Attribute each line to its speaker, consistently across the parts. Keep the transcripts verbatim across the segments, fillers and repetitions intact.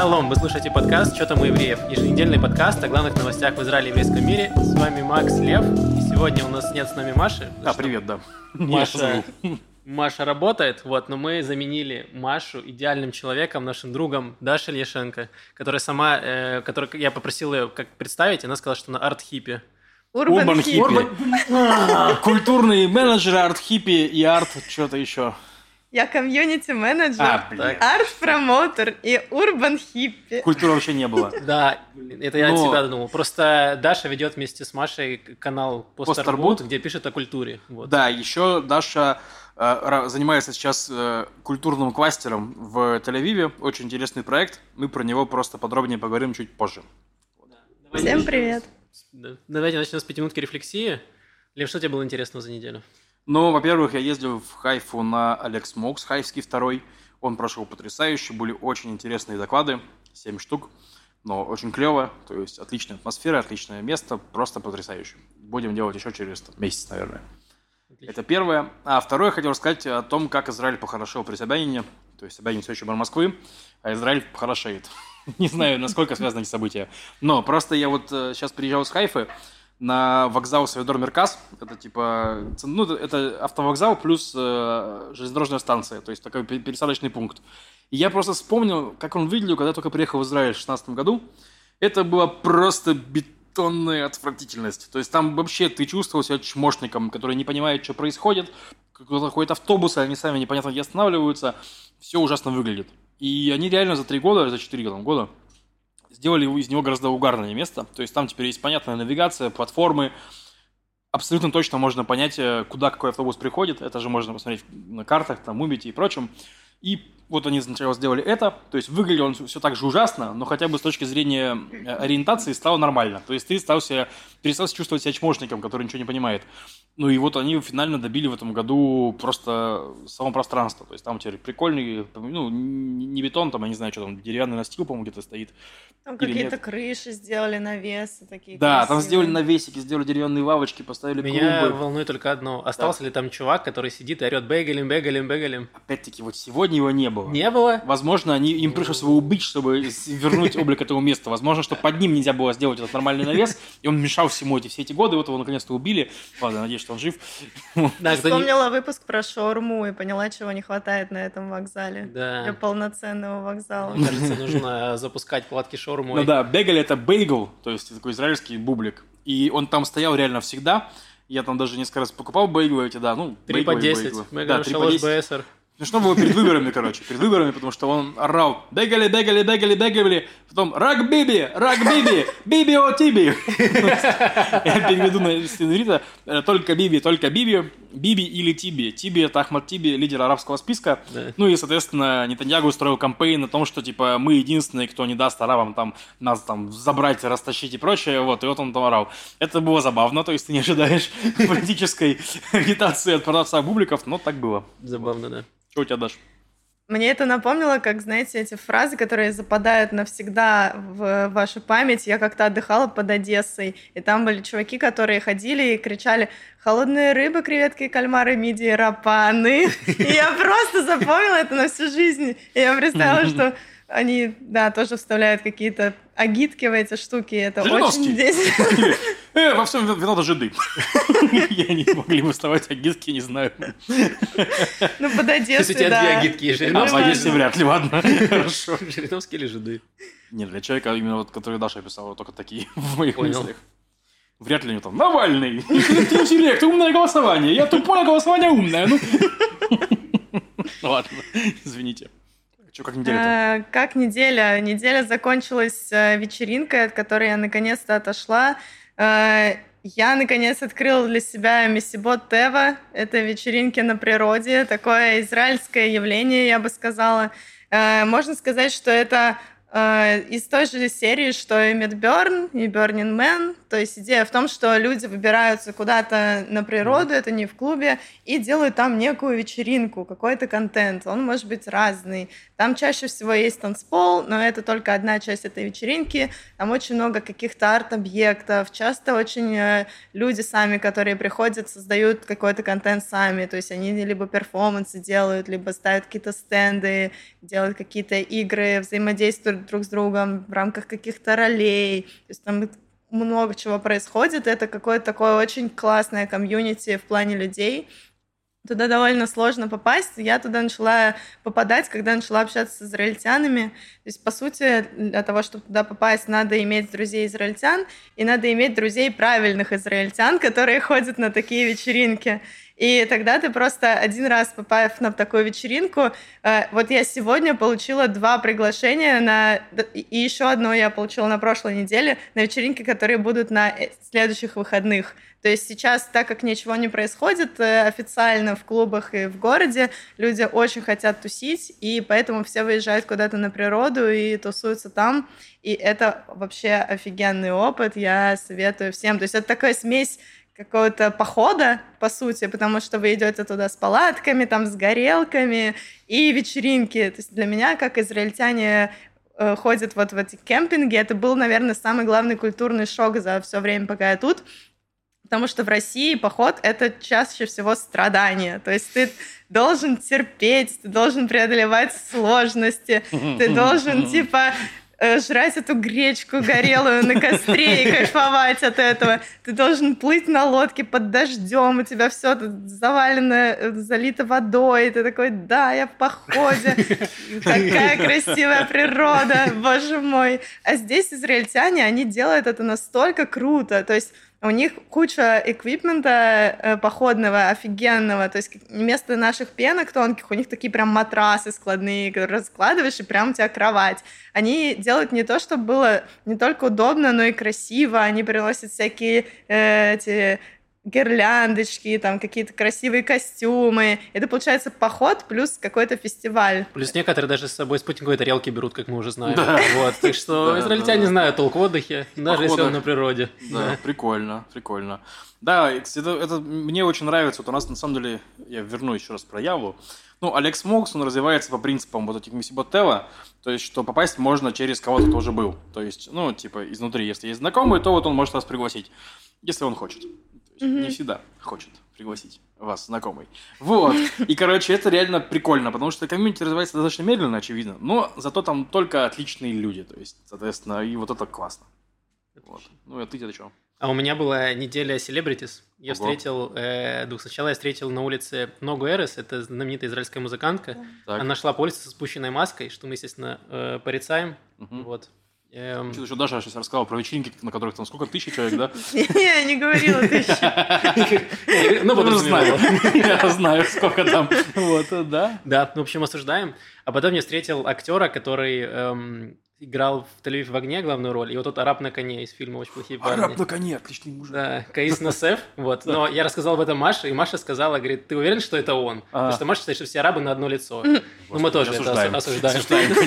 Speaker 1: Шалом, вы слушаете подкаст «Что там у евреев?» Еженедельный подкаст о главных новостях в Израиле и еврейском мире. С вами Макс, Лев. И сегодня у нас нет с нами Маши.
Speaker 2: А, привет, да.
Speaker 1: Маша, Маша работает, вот, но мы заменили Машу идеальным человеком, нашим другом Дашей Ильяшенко, которая сама, э, которой я попросил ее как представить, она сказала, что она арт-хиппи.
Speaker 2: Урбан хиппи. Культурный менеджер, арт-хиппи и арт что-то еще.
Speaker 3: Я комьюнити-менеджер,
Speaker 2: А,
Speaker 3: арт-промоутер и урбан-хиппи.
Speaker 2: Культуры вообще не было.
Speaker 1: Да, это я
Speaker 2: Но...
Speaker 1: от себя додумал. Просто Даша ведет вместе с Машей канал Постарбут, где пишет о культуре. Вот.
Speaker 2: Да, еще Даша э, занимается сейчас э, культурным кластером в Тель-Авиве. Очень интересный проект. Мы про него просто подробнее поговорим чуть позже.
Speaker 3: Да. Всем привет.
Speaker 1: Да. Давайте начнем с пятиминутки рефлексии. Лев, что тебе было интересного за неделю?
Speaker 2: Ну, во-первых, я ездил в Хайфу на Алекс Мокс, хайфский второй. Он прошел потрясающе, были очень интересные доклады, семь штук, но очень клево, то есть отличная атмосфера, отличное место, просто потрясающе. Будем делать еще через там, месяц, наверное. Отлично. Это первое. А второе, я хотел рассказать о том, как Израиль похорошел при Собянине. То есть Собянин все еще мэр Москвы, а Израиль похорошеет. Не знаю, насколько связаны эти события. Но просто я вот сейчас приезжал с Хайфы на вокзал Савидор Мерказ. Это типа, ну, это автовокзал плюс э, железнодорожная станция, то есть такой пересадочный пункт. И я просто вспомнил, как он выглядел, когда я только приехал в Израиль в шестнадцатом году. Это была просто бетонная отвратительность. То есть там вообще ты чувствовал себя чмошником, который не понимает, что происходит. Кто-то ходит автобус, они сами непонятно где останавливаются. Все ужасно выглядит. И они реально за три года, за четыре года сделали из него гораздо угарное место. То есть там теперь есть понятная навигация, платформы. Абсолютно точно можно понять, куда какой автобус приходит. Это же можно посмотреть на картах, там, Мубите и прочем. И вот они сначала сделали это. То есть выглядел он все так же ужасно, но хотя бы с точки зрения ориентации стало нормально. То есть ты стал себя, перестал чувствовать себя чмошником, который ничего не понимает. Ну и вот они финально добили в этом году просто само пространство. То есть там теперь прикольный, ну, не бетон, там, я не знаю, что там, деревянный настил, по-моему, где-то стоит.
Speaker 3: Там какие-то крыши сделали, навесы такие
Speaker 2: Да,
Speaker 3: красивые.
Speaker 2: Там сделали навесики, сделали деревянные лавочки, поставили клумбы.
Speaker 1: Меня волнует только одно. Остался да. ли там чувак, который сидит и орет бегалем, бегалем, бегалем?
Speaker 2: Опять-таки, вот сегодня его не было.
Speaker 1: Не было?
Speaker 2: Возможно, они, им пришлось его убить, чтобы вернуть облик этого места. Возможно, что под ним нельзя было сделать этот нормальный навес, и он мешал всему эти все эти годы, вот его наконец-то убили. Ладно, надеюсь, что он жив.
Speaker 3: Да, вспомнила выпуск про шаурму и поняла, чего не хватает на этом вокзале.
Speaker 1: Да.
Speaker 3: Для полноценного вокзала.
Speaker 1: Мне кажется, нужно запускать платки шаурмой.
Speaker 2: Ну да, бегали это бейгл, то есть такой израильский бублик. И он там стоял реально всегда. Я там даже несколько раз покупал бейглы эти, да, ну,
Speaker 1: три по десять. Мы говорим, шалош БСР.
Speaker 2: Смешно было перед выборами, короче, перед выборами, потому что он орал «бегали, бегали, бегали, бегали», потом «рак биби, рак биби, биби о тиби». Я переведу на стенрита «только биби, только биби, биби или тиби». Тиби – это Ахмад Тиби, лидер арабского списка. Да. Ну и, соответственно, Нетаньягу устроил кампейн о том, что, типа, мы единственные, кто не даст арабам там, нас там забрать, растащить и прочее, вот, и вот он там орал. Это было забавно, то есть ты не ожидаешь политической агитации от продавца бубликов, но так было.
Speaker 1: Забавно, да.
Speaker 2: Что у тебя, Даш?
Speaker 3: Мне это напомнило, как, знаете, эти фразы, которые западают навсегда в вашу память. Я как-то отдыхала под Одессой, и там были чуваки, которые ходили и кричали «холодные рыбы, креветки, кальмары, мидии, рапаны». И я просто запомнила это на всю жизнь. И я представила, что они, да, тоже вставляют какие-то агитки в эти штуки. Это очень здесь...
Speaker 2: Э, во всем виноваты жиды. Я не могли бы вставать агитки, не знаю.
Speaker 3: Ну, под Одессой, да.
Speaker 1: У тебя две агитки есть.
Speaker 2: А в Одессе вряд ли, ладно. Хорошо.
Speaker 1: Жириновские или жиды?
Speaker 2: Нет, для человека, именно вот, который Даша описала, только такие в моих мыслях. Вряд ли у него там Навальный, интеллект, умное голосование. Я тупое голосование умное. Ну ладно, извините. Что, как неделя-то?
Speaker 3: Как неделя? Неделя закончилась вечеринкой, от которой я наконец-то отошла. Я, наконец, открыла для себя Месибот Тева. Это вечеринки на природе. Такое израильское явление, я бы сказала. Можно сказать, что это из той же серии, что и Midburn, и Burning Man. То есть идея в том, что люди выбираются куда-то на природу, это не в клубе, и делают там некую вечеринку, какой-то контент. Он может быть разный. Там чаще всего есть танцпол, но это только одна часть этой вечеринки. Там очень много каких-то арт-объектов. Часто очень люди сами, которые приходят, создают какой-то контент сами. То есть они либо перформансы делают, либо ставят какие-то стенды, делают какие-то игры, взаимодействуют друг с другом в рамках каких-то ролей. То есть там много чего происходит. Это какое-то такое очень классное комьюнити в плане людей. Туда довольно сложно попасть. Я туда начала попадать, когда начала общаться с израильтянами. То есть, по сути, для того, чтобы туда попасть, надо иметь друзей израильтян, и надо иметь друзей правильных израильтян, которые ходят на такие вечеринки. И тогда ты просто один раз, попав на такую вечеринку, э, вот я сегодня получила два приглашения на... И еще одно я получила на прошлой неделе на вечеринки, которые будут на следующих выходных. То есть сейчас, так как ничего не происходит э, официально в клубах и в городе, люди очень хотят тусить, и поэтому все выезжают куда-то на природу и тусуются там. И это вообще офигенный опыт, я советую всем. То есть это такая смесь какого-то похода, по сути, потому что вы идете туда с палатками, там, с горелками и вечеринки. То есть для меня, как израильтяне э, ходят вот в эти кемпинги, это был, наверное, самый главный культурный шок за все время, пока я тут. Потому что в России поход — это чаще всего страдание. То есть ты должен терпеть, ты должен преодолевать сложности, ты должен, типа, жрать эту гречку горелую на костре и кайфовать от этого. Ты должен плыть на лодке под дождем, у тебя все завалено, залито водой, и ты такой: да, я в походе, какая красивая природа, боже мой. А здесь израильтяне, они делают это настолько круто, то есть у них куча эквипмента э, походного, офигенного. То есть вместо наших пенок тонких у них такие прям матрасы складные, которые раскладываешь, и прям у тебя кровать. Они делают не то, чтобы было не только удобно, но и красиво. Они приносят всякие э, эти гирляндочки, там какие-то красивые костюмы. Это получается поход плюс какой-то фестиваль.
Speaker 1: Плюс некоторые даже с собой спутниковые тарелки берут, как мы уже знаем. Да. Вот, так что да, израильтяне да, да. знают толк в отдыхе, даже Походах. Если он на природе.
Speaker 2: Да, да, прикольно, прикольно. Да, это, это мне очень нравится. Вот у нас, на самом деле, я верну еще раз про Яву. Ну, Алекс Мокс, он развивается по принципам вот этих Миссибот-Тева, то есть, что попасть можно через кого-то, кто уже был. То есть, ну, типа, изнутри, если есть знакомый, то вот он может вас пригласить, если он хочет. Mm-hmm. Не всегда хочет пригласить вас, знакомый. Вот. И, короче, это реально прикольно, потому что комьюнити развивается достаточно медленно, очевидно, но зато там только отличные люди, то есть, соответственно, и вот это классно. Вот. Ну, а ты-то что?
Speaker 1: А у меня была неделя Celebrities. Я Ого. встретил, э, сначала я встретил на улице Ногу Эрес, это знаменитая израильская музыкантка. Так. Она шла по улице со спущенной маской, что мы, естественно, э, порицаем. Угу. Вот.
Speaker 2: Эм... Что-то еще Даша сейчас рассказала про вечеринки, на которых там сколько, тысячи человек, да?
Speaker 3: Я не говорила тысячи.
Speaker 1: Ну, потом знаю.
Speaker 2: Я знаю, сколько там. Вот, да.
Speaker 1: Да, в общем, осуждаем. А потом я встретил актера, который играл в «Тель-Авив в огне» главную роль, и вот тот араб на коне из фильма «Очень плохие парни».
Speaker 2: Араб на коне, отличный мужик.
Speaker 1: Да, Каис Насеф, вот. Но я рассказал об этом Маше, и Маша сказала, говорит: ты уверен, что это он? Потому что Маша считает, что все арабы на одно лицо. Ну, мы тоже это осуждаем.
Speaker 2: Осуждаем,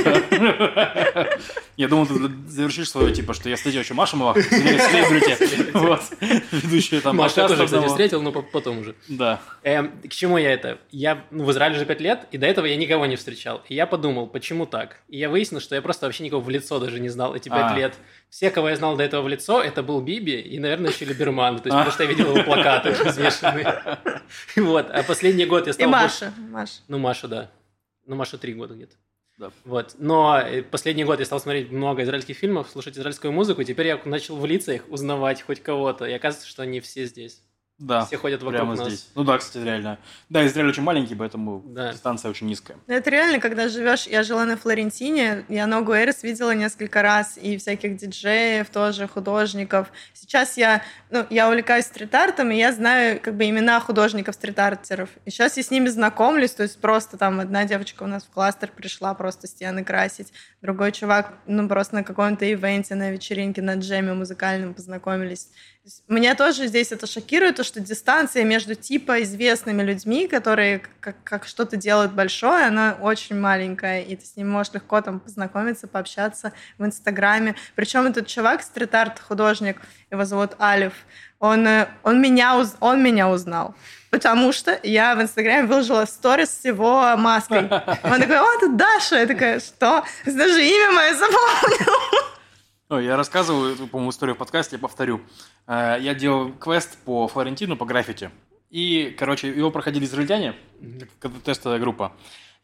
Speaker 2: конечно. Я думал, ты завершишь свое, типа, что я встретил еще Машу Малахову, селебрити, вот, ведущая там.
Speaker 1: Маша я тоже, кстати, встретил, но потом уже.
Speaker 2: Да.
Speaker 1: К чему я это? Я в Израиле уже пять лет, и до этого я никого не встречал. И я подумал, почему так? И я выяснил, что я просто вообще никого в лицо даже не знал эти пять а. лет. Все, кого я знал до этого в лицо, это был Биби и, наверное, еще Либерман, то есть, потому что я видел его плакаты развешенные. Вот, а последний год я стал...
Speaker 3: И Маша, Маша.
Speaker 1: Ну, Маша, да. Ну, Маша три года где-то.
Speaker 2: Да.
Speaker 1: Вот. Но последний год я стал смотреть много израильских фильмов, слушать израильскую музыку, и теперь я начал в лицах узнавать хоть кого-то, и оказывается, что они все здесь.
Speaker 2: Да,
Speaker 1: все ходят вокруг
Speaker 2: прямо
Speaker 1: нас.
Speaker 2: Здесь. Ну да, кстати, реально. Да, Израиль очень маленький, поэтому
Speaker 1: да.
Speaker 2: дистанция очень низкая.
Speaker 3: Это реально, когда живешь... Я жила на Флорентине, я Ногу Эрес видела несколько раз, и всяких диджеев тоже, художников. Сейчас я, ну, я увлекаюсь стрит-артом, и я знаю как бы имена художников-стрит-артеров. И сейчас я с ними знакомлюсь, то есть просто там одна девочка у нас в кластер пришла просто стены красить, другой чувак, ну, просто на каком-то ивенте, на вечеринке, на джеме музыкальном познакомились. Меня тоже здесь это шокирует, то, что дистанция между типа известными людьми, которые как, как что-то делают большое, она очень маленькая, и ты с ним можешь легко там познакомиться, пообщаться в Инстаграме. Причем этот чувак, стрит-арт художник, его зовут Алиф, он, он, меня, уз, он меня узнал, потому что я в Инстаграме выложила сторис с его маской. Он такой: о, тут Даша. Я такая: что? Даже имя мое запомнил.
Speaker 2: Ой, я рассказывал эту, по-моему, историю в подкасте, я повторю. Я делал квест по Флорентину, по граффити. И, короче, его проходили израильтяне, как тестовая группа.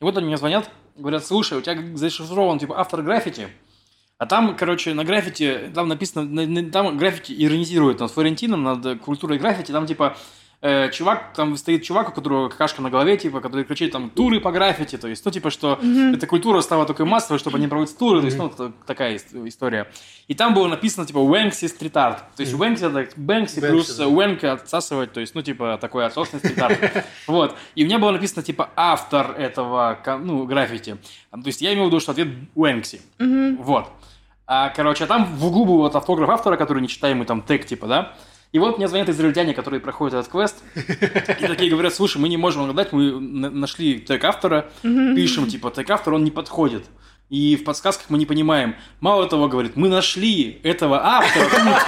Speaker 2: И вот они мне звонят, говорят, слушай, у тебя зашифрован, типа, автор граффити, а там, короче, на граффити, там написано, там граффити иронизирует над Флорентином, над культурой граффити, там, типа, э, чувак, там стоит чувак, у которого какашка на голове, типа, который кричит, там, туры по граффити, то есть, ну, типа, что mm-hmm. эта культура стала такой массовой, чтобы они проводить туры, mm-hmm. то есть, ну, такая история. И там было написано, типа, Уэнкси стрит-арт, то есть, Уэнкси mm-hmm. это Бэнкси плюс да. Уэнк отсасывать, то есть, ну, типа, такой отсосный стрит-арт. Вот. И у меня было написано, типа, автор этого, ну, граффити. То есть, я имел в виду, что ответ Уэнкси. Вот. А, короче, а там в углу был вот автограф автора, который нечитаемый, там, тег, типа, да? И вот мне звонят израильтяне, которые проходят этот квест, и такие говорят, слушай, мы не можем угадать, мы нашли тег автора, пишем, типа, тег автора, он не подходит. И в подсказках мы не понимаем. Мало того, говорит, мы нашли этого автора.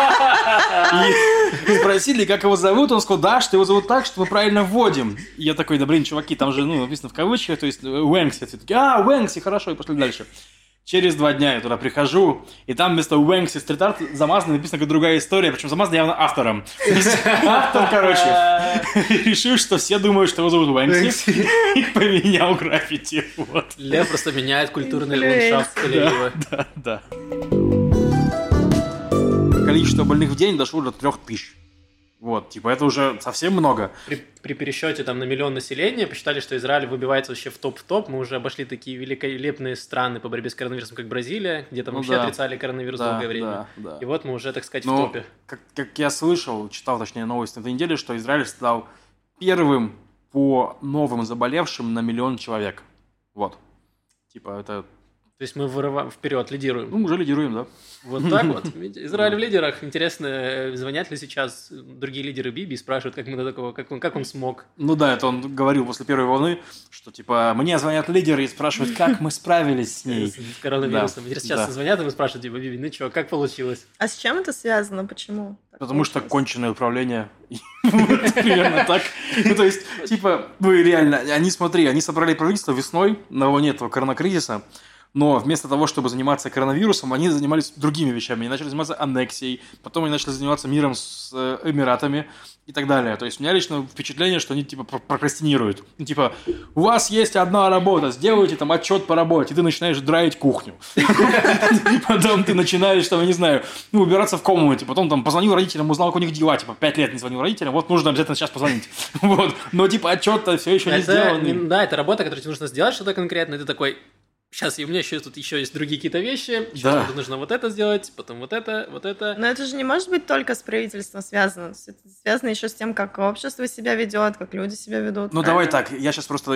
Speaker 2: И спросили, как его зовут, он сказал, да, что его зовут так, что мы правильно вводим. И я такой, да блин, чуваки, там же, ну, написано в кавычках, то есть, Уэнкси. А, Уэнкси, хорошо, и пошли дальше. Через два дня я туда прихожу, и там вместо Уэнкси стрит-арт замазано написано как другая история, причем замазано явно автором. Автор, короче, решил, что все думают, что его зовут Уэнкси, и поменял граффити.
Speaker 1: Лев просто меняет культурный ландшафт Тель-Авива.
Speaker 2: Да, да. Количество больных в день дошло до трех тысяч. Вот, типа, это уже совсем много.
Speaker 1: При, при пересчете там на миллион населения посчитали, что Израиль выбивается вообще в топ-в-топ. Мы уже обошли такие великолепные страны по борьбе с коронавирусом, как Бразилия, где там ну, вообще да. отрицали коронавирус да, долгое время. Да, да. И вот мы уже, так сказать,
Speaker 2: Но,
Speaker 1: в топе.
Speaker 2: Как, как я слышал, читал, точнее, новости на этой неделе, что Израиль стал первым по новым заболевшим на миллион человек. Вот. Типа, это...
Speaker 1: То есть мы вырываем вперед, лидируем.
Speaker 2: Ну, уже лидируем, да.
Speaker 1: Вот так вот. Израиль в лидерах. Интересно, звонят ли сейчас другие лидеры Биби и спрашивают, как мы до такого, как он, как он смог.
Speaker 2: Ну да, это он говорил после первой волны, что типа мне звонят лидеры и спрашивают, как мы справились с ней.
Speaker 1: С коронавирусом. Интересно, часто звонят и спрашивают, типа, Биби, ну что, как получилось?
Speaker 3: А с чем это связано? Почему?
Speaker 2: Потому что конченое управление. Примерно так. Ну, то есть, типа, ну и реально, они, смотри, они собрали правительство весной на волне этого коронакризиса, но вместо того, чтобы заниматься коронавирусом, они занимались другими вещами. Они начали заниматься аннексией, потом они начали заниматься миром с Эмиратами и так далее. То есть у меня лично впечатление, что они типа прокрастинируют. Ну, типа, у вас есть одна работа, сделайте там отчет по работе, и ты начинаешь драить кухню. Потом ты начинаешь, там, я не знаю, ну, убираться в комнате, потом там позвонил родителям, узнал, как у них дела, типа, пять лет не звонил родителям, вот нужно обязательно сейчас позвонить. Вот. Но типа отчет-то все еще не сделан.
Speaker 1: Да, это работа, которую тебе нужно сделать что-то конкретное, и ты такой... Сейчас, и у меня еще тут еще есть другие какие-то вещи. Сейчас да. нужно вот это сделать, потом вот это, вот это.
Speaker 3: Но это же не может быть только с правительством связано. Это связано еще с тем, как общество себя ведет, как люди себя ведут.
Speaker 2: Ну, правильно? Давай так, я сейчас просто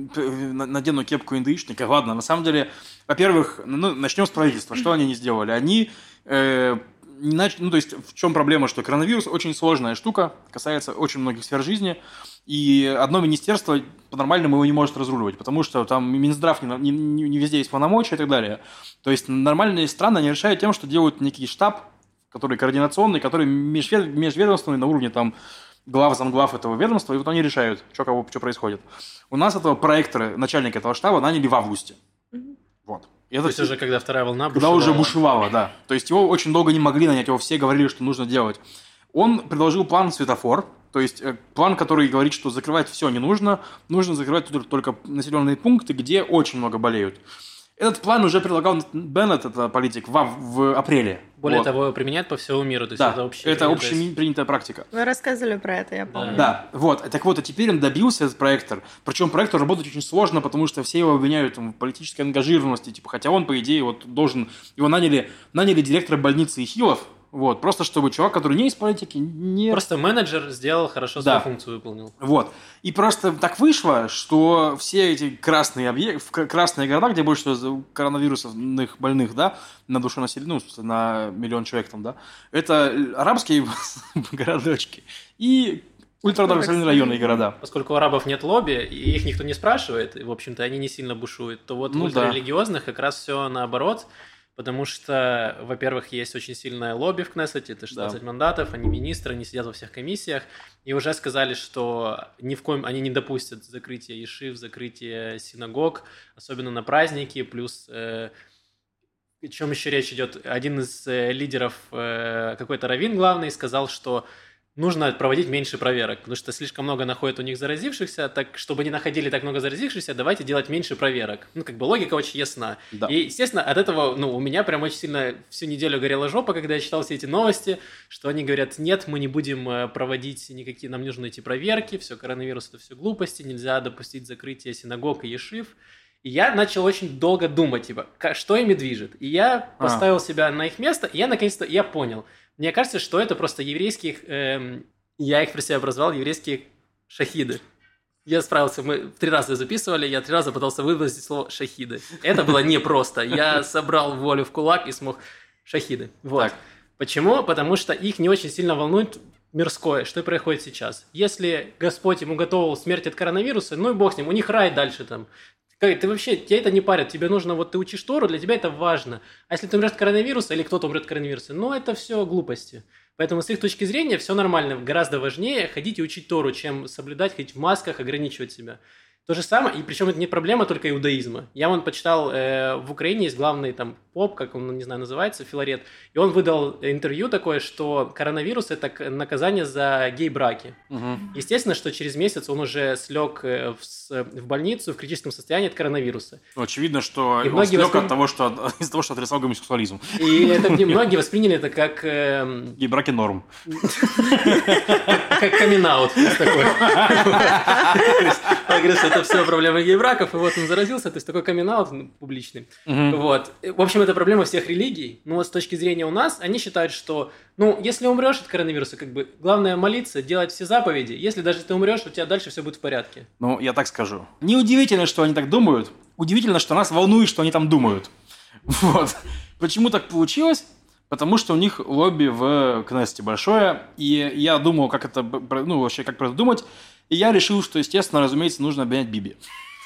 Speaker 2: надену кепку индаишника. Ладно, на самом деле, во-первых, ну, начнем с правительства. Что они не сделали? Они... Э, не нач... Ну, то есть, в чем проблема, что коронавирус очень сложная штука, касается очень многих сфер жизни, и одно министерство по-нормальному его не может разруливать, потому что там Минздрав не, не, не везде есть полномочия и так далее. То есть, нормальные страны, они решают тем, что делают некий штаб, который координационный, который межвед... межведомственный на уровне там глав, замглав этого ведомства, и вот они решают, что кого, что происходит. У нас этого проектора, начальника этого штаба наняли в августе. Вот.
Speaker 1: И это То есть уже когда вторая волна
Speaker 2: бушевала. Когда уже бушевала, да. То есть его очень долго не могли нанять, его все говорили, что нужно делать. Он предложил план светофор, то есть э, план, который говорит, что закрывать все не нужно, нужно закрывать только, только населенные пункты, где очень много болеют. Этот план уже предлагал Беннет, это политик, в, в апреле.
Speaker 1: Более вот. того, применяют по всему миру. То есть
Speaker 2: да,
Speaker 1: это
Speaker 2: общая это общепринятая практика.
Speaker 3: Вы рассказывали про это, я помню.
Speaker 2: Да. да, вот. Так вот, а теперь он добился, этот проектор. Причем проектор работать очень сложно, потому что все его обвиняют там, в политической ангажированности. Типа, хотя он, по идее, вот, должен... Его наняли, наняли директора больницы Ихилов, вот, просто чтобы чувак, который не из политики, не...
Speaker 1: Просто менеджер сделал хорошо свою да. функцию, выполнил.
Speaker 2: Вот. И просто так вышло, что все эти красные объекты, красные города, где больше всего коронавирусных больных, да, на душу населения, ну, на миллион человек там, да, это арабские городочки и ультрадальнобойные районы и города.
Speaker 1: Поскольку у арабов нет лобби, и их никто не спрашивает, и, в общем-то, они не сильно бушуют, то вот ну, ультрарелигиозных да. как раз все наоборот. Потому что, во-первых, есть очень сильное лобби в Кнессете, это шестнадцать да. мандатов, они министры, они сидят во всех комиссиях, и уже сказали, что ни в коем они не допустят закрытия ешив, закрытия синагог, особенно на праздники, плюс, э, о чем еще речь идет, один из э, лидеров, э, какой-то раввин главный, сказал, что нужно проводить меньше проверок, потому что слишком много находят у них заразившихся, так чтобы не находили так много заразившихся, давайте делать меньше проверок. Ну, как бы логика очень ясна.
Speaker 2: Да.
Speaker 1: И, естественно, от этого, ну, у меня прям очень сильно всю неделю горела жопа, когда я читал все эти новости, что они говорят, нет, мы не будем проводить никакие, нам не нужны эти проверки, все, коронавирус – это все глупости, нельзя допустить закрытие синагог и ешив. И я начал очень долго думать, типа, что ими движет. И я поставил а. себя на их место, и я наконец-то, я понял. Мне кажется, что это просто еврейских, эм, я их про себя образовал, еврейские шахиды. Я справился, мы три раза записывали, я три раза пытался выбросить слово шахиды. Это было непросто. Я собрал волю в кулак и смог шахиды. Вот. Так. Почему? Потому что их не очень сильно волнует мирское, что происходит сейчас. Если Господь ему готовил смерть от коронавируса, ну и бог с ним, у них рай дальше там. Ты вообще, тебя это не парит, тебе нужно, вот ты учишь Тору, для тебя это важно. А если ты умрешь от коронавируса или кто-то умрет от коронавируса, ну это все глупости. Поэтому с их точки зрения все нормально, гораздо важнее ходить и учить Тору, чем соблюдать, ходить в масках, ограничивать себя. То же самое, и причем это не проблема только иудаизма. Я вон почитал, э, в Украине есть главный там поп, как он, не знаю, называется, Филарет, и он выдал интервью такое, что коронавирус – это наказание за гей-браки. Угу. Естественно, что через месяц он уже слег в, в больницу в критическом состоянии от коронавируса.
Speaker 2: Ну, очевидно, что и он слег воспри... от того, что, из-за того, что отрицал гомосексуализм.
Speaker 1: И это многие восприняли это как…
Speaker 2: Гей-браки норм.
Speaker 1: Как камин-аут такой. Это все проблемы гей-браков, и вот он заразился, то есть такой камин-аут публичный. Вот. В общем, это проблема всех религий, но вот с точки зрения у нас, они считают, что, ну, если умрешь от коронавируса, как бы, главное молиться, делать все заповеди, если даже ты умрешь, у тебя дальше все будет в порядке.
Speaker 2: Ну, я так скажу. Неудивительно, что они так думают, удивительно, что нас волнует, что они там думают. Вот. Почему так получилось? Потому что у них лобби в Кнессете большое, и я думал, как это, ну, вообще, как про это думать, и я решил, что, естественно, разумеется, нужно обвинять Биби.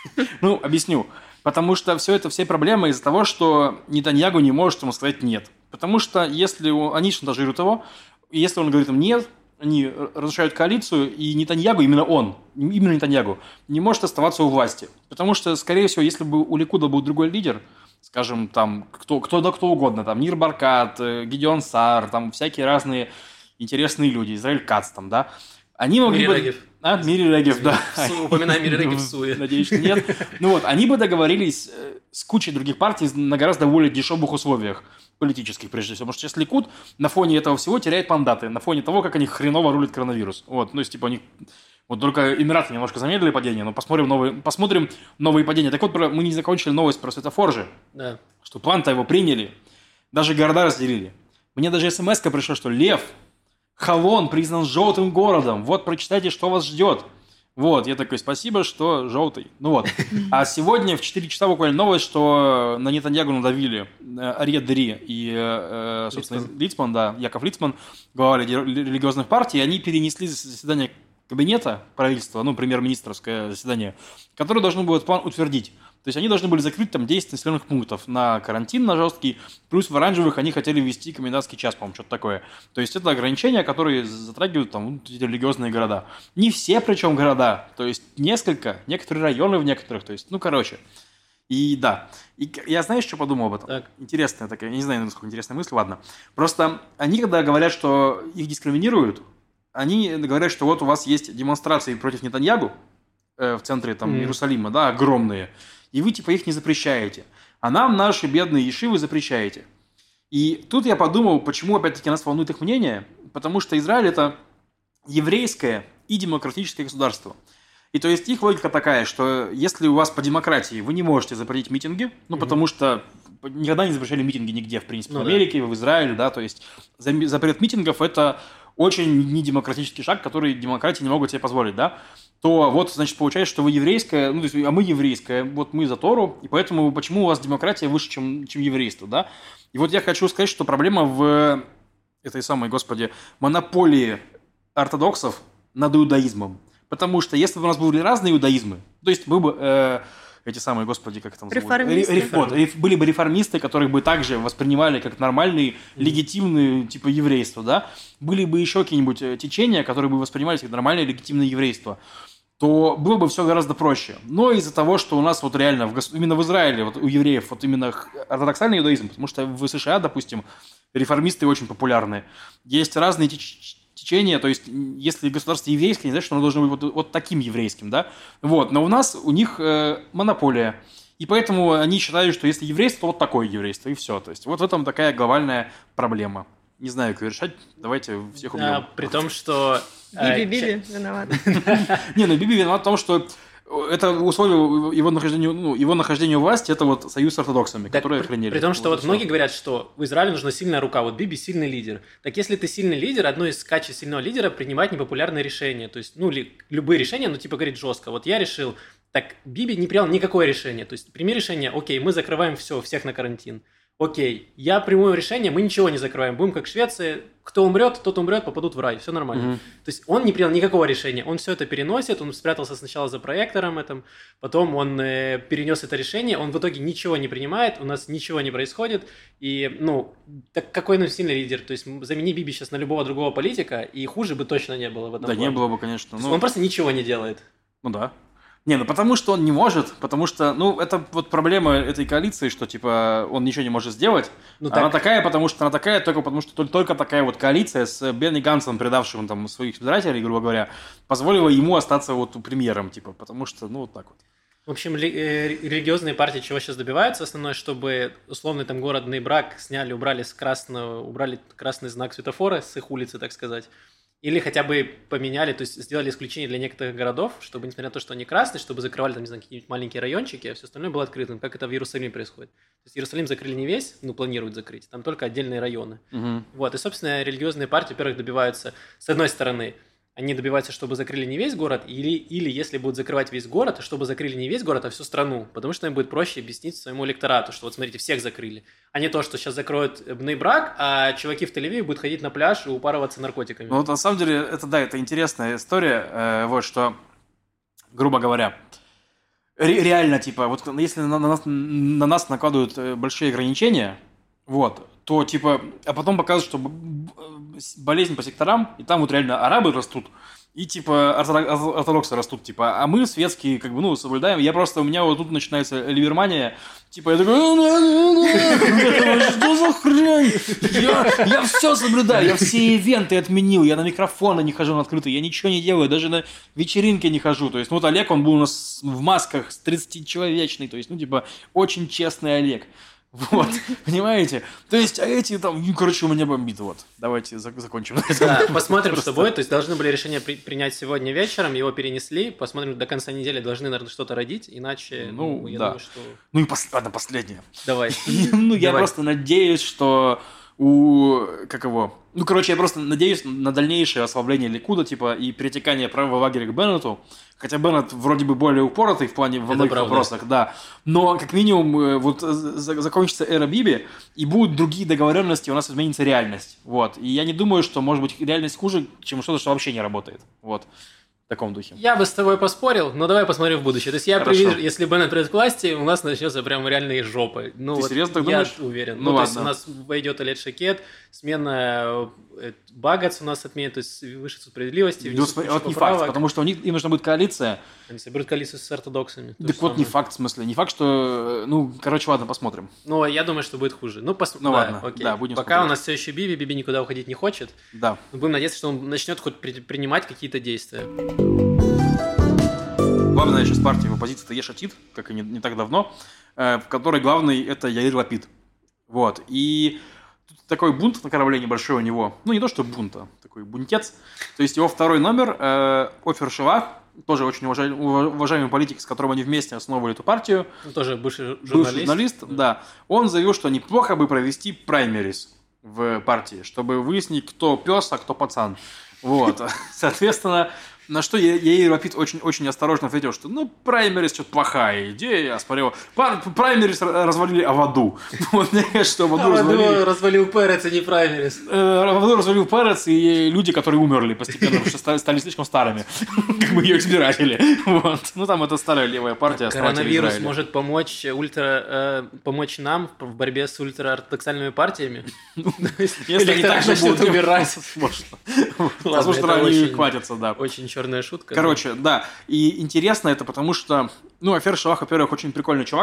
Speaker 2: Ну, объясню. Потому что все это, все проблемы из-за того, что Нетаньягу не может ему сказать «нет». Потому что если он, они шантажируют его, и если он говорит им «нет», они разрушают коалицию, и Нетаньягу, именно он, именно Нетаньягу, не может оставаться у власти. Потому что, скорее всего, если бы у Ликуда был другой лидер, скажем, там, кто, кто, да, кто угодно, там, Нир Баркат, Гидеон Саар, там, всякие разные интересные люди, Израиль Кац, там, да, они могли
Speaker 1: Мири
Speaker 2: бы...
Speaker 1: Регев.
Speaker 2: А, Мири Регев, да.
Speaker 1: Упоминаем Мири Регев в Суе.
Speaker 2: Надеюсь, что нет. Ну вот, они бы договорились с кучей других партий на гораздо более дешевых условиях, политических, прежде всего. Потому что сейчас Ликуд на фоне этого всего теряет мандаты, на фоне того, как они хреново рулят коронавирус. Вот, ну, есть, типа, они... Вот только Эмираты немножко замедлили падение, но посмотрим новые, посмотрим новые падения. Так вот, мы не закончили новость про светофор же.
Speaker 1: Да.
Speaker 2: Что план-то его приняли, даже города разделили. Мне даже смс-ка пришла, что Лев, Холон признан желтым городом. Вот, прочитайте, что вас ждет. Вот, я такой, спасибо, что желтый. Ну вот. А сегодня в четыре часа буквально новость, что на Нетаньягу надавили Арье Дери и, собственно, Лицман. Лицман, да, Яков Лицман, глава религиозных партий, они перенесли заседание кабинета правительства, ну, премьер-министровское заседание, которое должно было этот план утвердить. То есть они должны были закрыть там десять населенных пунктов на карантин, на жесткий, плюс в оранжевых они хотели ввести комендантский час, по-моему, что-то такое. То есть это ограничения, которые затрагивают там эти религиозные города. Не все, причем, города, то есть несколько, некоторые районы в некоторых, то есть, ну, короче. И да, и я знаешь, что подумал об этом? Так. Интересная такая, я не знаю, насколько интересная мысль, ладно. Просто они, когда говорят, что их дискриминируют, они говорят, что вот у вас есть демонстрации против Нетаньягу э, в центре там, mm. Иерусалима, да, огромные, и вы типа их не запрещаете. А нам, наши бедные ешивы, запрещаете. И тут я подумал, почему опять-таки нас волнует их мнение, потому что Израиль – это еврейское и демократическое государство. И то есть их логика такая, что если у вас по демократии вы не можете запретить митинги, ну mm-hmm. потому что никогда не запрещали митинги нигде, в принципе, ну, в Америке, да. в Израиле, да, то есть запрет митингов – это очень недемократический шаг, который демократии не могут себе позволить, да, то вот, значит, получается, что вы еврейская, ну, то есть, а мы еврейская, вот мы за Тору, и поэтому почему у вас демократия выше, чем, чем еврейство, да? И вот я хочу сказать, что проблема в этой самой, господи, монополии ортодоксов над иудаизмом. Потому что если бы у нас были разные иудаизмы, то есть мы бы... Э, эти самые, господи, как там зовут?
Speaker 3: Реформисты.
Speaker 2: Ре, вот, реф, были бы реформисты, которые бы также воспринимали как нормальные, легитимные, типа, еврейство, да? Были бы еще какие-нибудь течения, которые бы воспринимались как нормальное, легитимное еврейство, то было бы все гораздо проще. Но из-за того, что у нас вот реально, в, именно в Израиле, вот у евреев, вот именно ортодоксальный иудаизм, потому что в США, допустим, реформисты очень популярны. Есть разные теч- течение, то есть если государство еврейское, не значит, что оно должно быть вот, вот таким еврейским, да, вот, но у нас, у них э, монополия, и поэтому они считают, что если еврейство, то вот такое еврейство, и все, то есть вот в этом такая глобальная проблема. Не знаю, как решать, давайте всех убьем.
Speaker 1: А, при том, что...
Speaker 3: Биби-биби виноват.
Speaker 2: Не, ну Биби виноват в том, что это условие его нахождения, ну, его нахождения у власти, это вот союз с ортодоксами, которые охренели.
Speaker 1: При том, что вот многие говорят, что в Израиле нужна сильная рука, вот Биби сильный лидер. Так если ты сильный лидер, одно из качеств сильного лидера принимать непопулярные решения. То есть, ну, ли, любые решения, ну, типа, говорит жестко. Вот я решил, так Биби не принял никакое решение. То есть, прими решение, окей, мы закрываем все, всех на карантин. Окей, я приму решение, мы ничего не закрываем. Будем как Швеция, кто умрет, тот умрет, попадут в рай, все нормально. Mm-hmm. То есть он не принял никакого решения, он все это переносит, он спрятался сначала за проектором этом, потом он э, перенес это решение, он в итоге ничего не принимает, у нас ничего не происходит. И, ну, так какой он сильный лидер? То есть замени Биби сейчас на любого другого политика, и хуже бы точно не было в этом
Speaker 2: Да,
Speaker 1: плане.
Speaker 2: не было бы, конечно.
Speaker 1: Ну... Он просто ничего не делает.
Speaker 2: Ну да. Не, ну потому что он не может, потому что, ну, это вот проблема этой коалиции, что, типа, он ничего не может сделать. Ну, она так... такая, потому что она такая, только потому что только такая вот коалиция с Бенни Ганцем, предавшим там своих избирателей, грубо говоря, позволила ему остаться вот премьером, типа, потому что, ну, вот так вот.
Speaker 1: В общем, религиозные партии чего сейчас добиваются? Основное, чтобы условный там город Нейбрак сняли, убрали с красного, убрали красный знак светофора с их улицы, так сказать. Или хотя бы поменяли, то есть сделали исключение для некоторых городов, чтобы, несмотря на то, что они красные, чтобы закрывали там, не знаю, какие-нибудь маленькие райончики, а все остальное было открытым, как это в Иерусалиме происходит. То есть Иерусалим закрыли не весь, ну, планируют закрыть, там только отдельные районы. Угу. Вот, и, собственно, религиозные партии, во-первых, добиваются, с одной стороны, они добиваются, чтобы закрыли не весь город, или, или если будут закрывать весь город, то чтобы закрыли не весь город, а всю страну, потому что им будет проще объяснить своему электорату, что вот смотрите, всех закрыли, а не то, что сейчас закроют Бней-Брак, а чуваки в Тель-Авиве будут ходить на пляж и упарываться наркотиками.
Speaker 2: Ну вот на самом деле, это да, это интересная история, э, вот что, грубо говоря, ре- реально, типа, вот если на, на, нас, на нас накладывают большие ограничения, вот, то типа, а потом показывают, что болезнь по секторам, и там вот реально арабы растут, и типа ортодоксы растут, типа, а мы светские, как бы, ну, соблюдаем. Я просто, у меня вот тут начинается ливермания, типа, я такой, что за хрень? Я, я все соблюдаю, я все ивенты отменил, я на микрофоны не хожу на открытые, я ничего не делаю, даже на вечеринки не хожу. То есть, ну, вот Олег, он был у нас в масках тридцатичеловечный, то есть, ну, типа, очень честный Олег. Вот, понимаете? То есть, а эти там, ну, короче, у меня бомбит, вот. Давайте закончим.
Speaker 1: Да, посмотрим, что будет. То есть, должны были решение при- принять сегодня вечером, его перенесли. Посмотрим, до конца недели должны, наверное, что-то родить, иначе, ну, ну я
Speaker 2: да.
Speaker 1: думаю, что...
Speaker 2: Ну и пос... ладно, последнее.
Speaker 1: Давай.
Speaker 2: Ну, я просто надеюсь, что у... Как его... Ну, короче, я просто надеюсь на дальнейшее ослабление Ликуда, типа, и перетекание правого лагеря к Беннету. Хотя Беннет вроде бы более упоротый в плане во многих вопросах, да. Но, как минимум, вот закончится эра Биби, и будут другие договоренности, у нас изменится реальность. Вот. И я не думаю, что может быть реальность хуже, чем что-то, что вообще не работает. Вот. В таком духе.
Speaker 1: Я бы с тобой поспорил, но давай посмотрим в будущее. То есть я привижу, если Беннет придет к власти, у нас начнется прям реальные жопы. Ну,
Speaker 2: Ты
Speaker 1: вот
Speaker 2: серьезно так
Speaker 1: я
Speaker 2: думаешь?
Speaker 1: уверен.
Speaker 2: Ну,
Speaker 1: ну
Speaker 2: ладно.
Speaker 1: То есть у нас войдет Элет Шакет, смена Багац у нас отменит, то есть выше справедливости.
Speaker 2: Ну, вот не факт, потому что у них, им нужна будет коалиция.
Speaker 1: Они соберут коалицию с ортодоксами.
Speaker 2: Так вот самое. Не факт, в смысле. Не факт, что... Ну, короче, ладно, посмотрим.
Speaker 1: Ну, я думаю, что будет хуже. Ну, пос...
Speaker 2: ну
Speaker 1: да,
Speaker 2: ладно,
Speaker 1: окей.
Speaker 2: Да, будем
Speaker 1: Пока
Speaker 2: смотреть.
Speaker 1: у нас все еще Биби, Биби никуда уходить не хочет.
Speaker 2: Да.
Speaker 1: Мы будем надеяться, что он начнет хоть при... принимать какие-то действия.
Speaker 2: Главная сейчас партия в оппозиции – это Еш Атид, как и не, не так давно, э, в которой главный – это Яир Лапид. Вот. И тут такой бунт на корабле небольшой у него. Ну, не то, что бунт, а такой бунтец. То есть его второй номер э, – Офер Шелах, тоже очень уважаемый, уважаемый политик, с которым они вместе основывали эту партию.
Speaker 1: Он тоже бывший журналист.
Speaker 2: Бывший журналист, да. да. Он заявил, что неплохо бы провести праймерис в партии, чтобы выяснить, кто пес, а кто пацан. Вот. Соответственно... На что Яир Лапид очень-очень осторожно ответил, что ну, праймерис что-то плохая идея. Я смотрел, праймерис развалили Аваду. Вот, мне кажется, что Аваду развалили...
Speaker 1: развалил Перец, а не праймерис.
Speaker 2: Аваду развалил Перец и люди, которые умерли постепенно, потому что стали слишком старыми, как бы ее избиратели. Вот. Ну, там это старая левая партия.
Speaker 1: Коронавирус может помочь ультра, помочь нам в борьбе с ультраортодоксальными партиями?
Speaker 2: Если они так же будут
Speaker 1: умирать.
Speaker 2: Возможно, они хватятся, да.
Speaker 1: Очень черная шутка.
Speaker 2: Короче, да. И интересно это потому, что, ну, Офер Шелах, во-первых, очень прикольный чувак.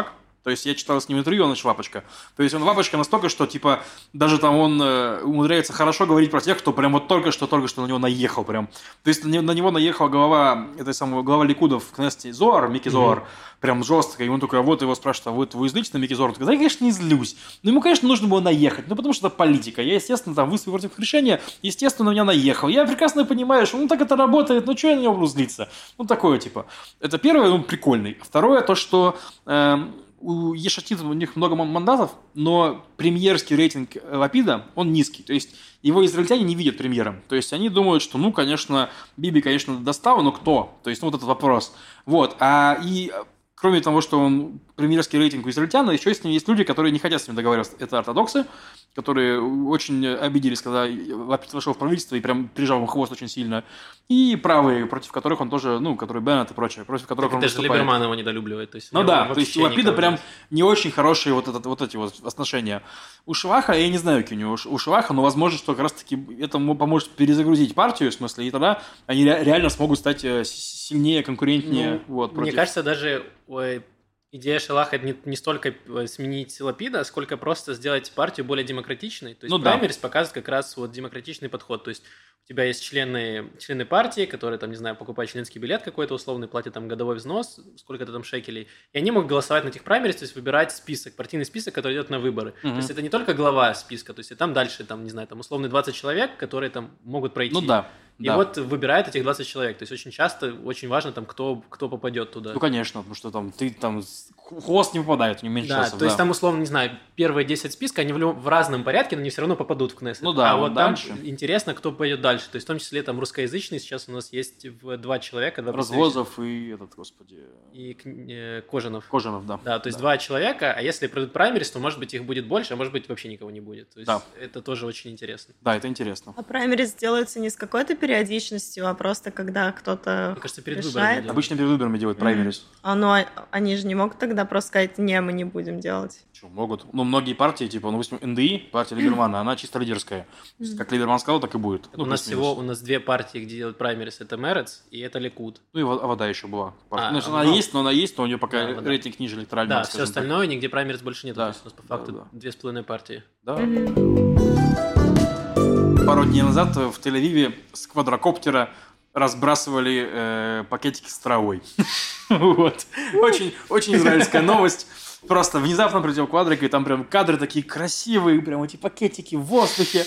Speaker 2: То есть я читал с ним интервью, он швапочка. То есть он вапочка настолько, что типа даже там он э, умудряется хорошо говорить про тех, кто прям вот только что, только что на него наехал прям. То есть на него наехала глава, этой самой, глава Ликудов в Кнессете Зоар, Микки Зоар, mm-hmm. прям жестко. И он такой, а вот его спрашивает, а вот вы злитесь на Микки Зоара? Он такой, да я, конечно, не злюсь. Но ему, конечно, нужно было наехать, ну потому что это политика. Я, естественно, там выступил против решения, естественно, на меня наехал. Я прекрасно понимаю, что ну так это работает, ну что я на него буду злиться? Ну такое типа. Это первое, ну прикольный. Второе, то, что э, у Ешатид у них много мандатов, но премьерский рейтинг Лапида, он низкий. То есть его израильтяне не видят премьером. То есть они думают, что, ну, конечно, Биби, конечно, достал, но кто? То есть, ну, вот этот вопрос. Вот. А и кроме того, что он премьерский рейтинг у израильтян, еще с ним есть люди, которые не хотят с ним договариваться. Это ортодоксы, которые очень обиделись, когда Лапид вошел в правительство и прям прижал ему хвост очень сильно. И правые, против которых он тоже, ну, которые Беннет и прочее, против которых
Speaker 1: так
Speaker 2: он
Speaker 1: это же Либерман его недолюбливает. То есть
Speaker 2: ну да, то есть у Лапида прям нет. Не очень хорошие вот, этот, вот эти вот отношения. У Шваха, я не знаю, какие у него у Шваха, но возможно, что как раз-таки это поможет перезагрузить партию, в смысле, и тогда они реально смогут стать сильнее, конкурентнее. Ну, вот,
Speaker 1: против... Мне кажется, даже ой, идея Шелаха не, не столько сменить Лапида, сколько просто сделать партию более демократичной. То есть ну, праймерис да. показывает как раз вот демократичный подход. То есть у тебя есть члены, члены партии, которые, там, не знаю, покупают членский билет какой-то условный, платят там годовой взнос, сколько-то там шекелей, и они могут голосовать на этих праймерис, то есть выбирать список, партийный список, который идет на выборы. Mm-hmm. То есть это не только глава списка, то есть и там дальше, там, не знаю, там условные двадцать человек, которые там могут пройти.
Speaker 2: Ну да.
Speaker 1: И
Speaker 2: да.
Speaker 1: вот выбирают этих двадцать человек. То есть очень часто, очень важно, там, кто, кто попадет туда.
Speaker 2: Ну, конечно, потому что там ты там хвост не попадает, не меньше
Speaker 1: да,
Speaker 2: шансов.
Speaker 1: То да. есть там, условно, не знаю, первые десять списка, они в, в разном порядке, но они все равно попадут в Кнессет.
Speaker 2: Ну да,
Speaker 1: а вот
Speaker 2: дальше.
Speaker 1: Там интересно, кто пойдет дальше. То есть в том числе там русскоязычные сейчас у нас есть два человека. Два
Speaker 2: Развозов и этот, господи...
Speaker 1: И э, Кожанов.
Speaker 2: Кожанов, да.
Speaker 1: Да, то есть
Speaker 2: да.
Speaker 1: два человека, а если пройдут праймерис, то, может быть, их будет больше, а может быть, вообще никого не будет. То есть
Speaker 2: да.
Speaker 1: это тоже очень интересно.
Speaker 2: Да, это интересно.
Speaker 3: А праймерис делается не с какой-то периодичностью, а просто когда кто-то
Speaker 1: Мне кажется, перед
Speaker 3: решает.
Speaker 1: выборами.
Speaker 2: Обычно перед выборами делают праймерис.
Speaker 3: Mm. А ну, они же не могут тогда просто сказать, не, мы не будем делать.
Speaker 2: Что, могут? Ну, многие партии, типа, ну, допустим, эн дэ и, партия Либермана, она чисто лидерская. Mm. Как Либерман сказал, так и будет.
Speaker 1: Ну, у нас всего, у нас две партии, где делают праймерис, это Мерец и это Ликуд.
Speaker 2: Ну, и Вода еще была.
Speaker 1: А,
Speaker 2: Значит,
Speaker 1: а,
Speaker 2: она
Speaker 1: ну,
Speaker 2: есть, но она есть, но у нее пока
Speaker 1: да,
Speaker 2: рейтинг ниже электорального.
Speaker 1: Да, все остальное, так. Нигде праймерис больше нет.
Speaker 2: Да.
Speaker 1: То есть у нас по факту да, да. две с половиной партии.
Speaker 2: Да.
Speaker 3: Mm-hmm.
Speaker 2: Пару дней назад в Тель-Авиве с квадрокоптера разбрасывали э, пакетики с травой. Вот. Очень, очень израильская новость. Просто внезапно прилетел квадрик, и там прям кадры такие красивые, прям эти пакетики в воздухе.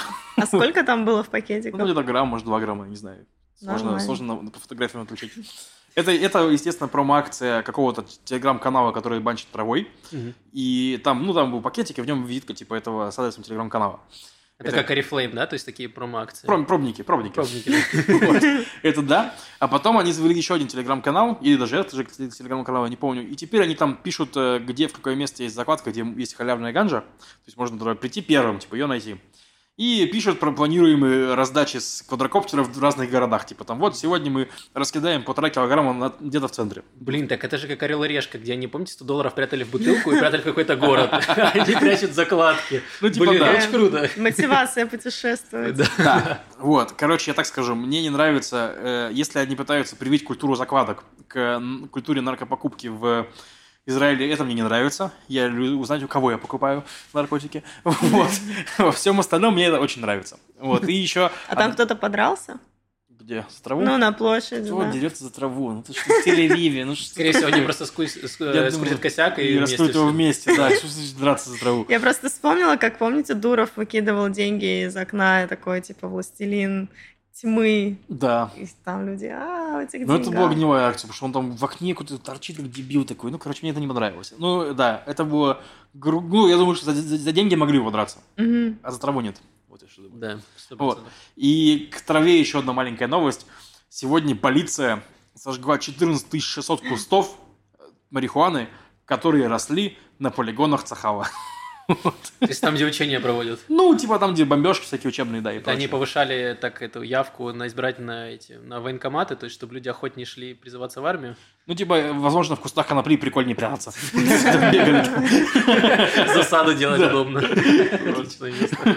Speaker 3: А сколько там было в пакетиках?
Speaker 2: Ну, где-то грамм, может, два грамма, не знаю. Сложно,
Speaker 3: Нормально.
Speaker 2: сложно по фотографиям отличить. Это, это, естественно, промо-акция какого-то телеграм-канала, который банчит травой. Угу. И там, ну, там был пакетик, и в нем визитка типа этого, соответственно, телеграм-канала.
Speaker 1: Это, это как Oriflame, да? То есть такие промо-акции?
Speaker 2: Пром, пробники, пробники.
Speaker 1: Пробники.
Speaker 2: Вот. Это да. А потом они завели еще один телеграм-канал, или даже это же телеграм-канал, я не помню. И теперь они там пишут, где, в какое место есть закладка, где есть халявная ганжа. То есть можно туда прийти первым, типа, ее найти. И пишут про планируемые раздачи с квадрокоптеров в разных городах. Типа там, вот, сегодня мы раскидаем по три килограмма где-то в центре.
Speaker 1: Блин, так это же как Орел и Решка, где они, помните, сто долларов прятали в бутылку и прятали в какой-то город. Они прячут закладки.
Speaker 2: Ну, типа,
Speaker 1: Блин,
Speaker 2: да.
Speaker 1: очень круто.
Speaker 3: Мотивация путешествовать.
Speaker 2: Да, вот. Короче, я так скажу, мне не нравится, если они пытаются привить культуру закладок к культуре наркопокупки в Израиле, это мне не нравится. Я люблю узнать, у кого я покупаю наркотики. Вот. Во всем остальном мне это очень нравится. Вот. И еще...
Speaker 3: А там кто-то подрался?
Speaker 2: Где? За траву?
Speaker 3: Ну, на площади,
Speaker 2: Кто
Speaker 3: да.
Speaker 2: дерется за траву? Ну, ты что, в Тель-Авиве? Ну, что...
Speaker 1: Скорее всего, они просто скрутят косяк и,
Speaker 2: и раскрутят его вместе. Да, что значит драться за траву?
Speaker 3: Я просто вспомнила, как, помните, Дуров выкидывал деньги из окна, и такой, типа, властелин тьмы.
Speaker 2: Да.
Speaker 3: И там люди, а, у этих
Speaker 2: Ну,
Speaker 3: деньгах.
Speaker 2: это была гнилая акция, потому что он там в окне какой-то торчит, как дебил такой. Ну, короче, мне это не понравилось. Ну, да, это было... гру- Ну, я думаю, что за, за- за деньги могли его драться,
Speaker 3: Мгм.
Speaker 2: а за траву нет. Вот я что думаю.
Speaker 1: Да, сто
Speaker 2: Вот.
Speaker 1: процентов.
Speaker 2: И к траве еще одна маленькая новость. Сегодня полиция сожгла четырнадцать тысяч шестьсот кустов марихуаны, которые росли на полигонах Цахала. Вот.
Speaker 1: То есть там, где учения проводят.
Speaker 2: Ну, типа там, где бомбежки всякие учебные, да, и
Speaker 1: Это они
Speaker 2: прочее.
Speaker 1: повышали так эту явку на избирательные эти, на военкоматы, то есть чтобы люди охотнее шли призываться в армию.
Speaker 2: Ну, типа, возможно, в кустах конопли прикольнее прятаться. Бегали там.
Speaker 1: Засаду делать
Speaker 2: Да.
Speaker 1: удобно. Отличное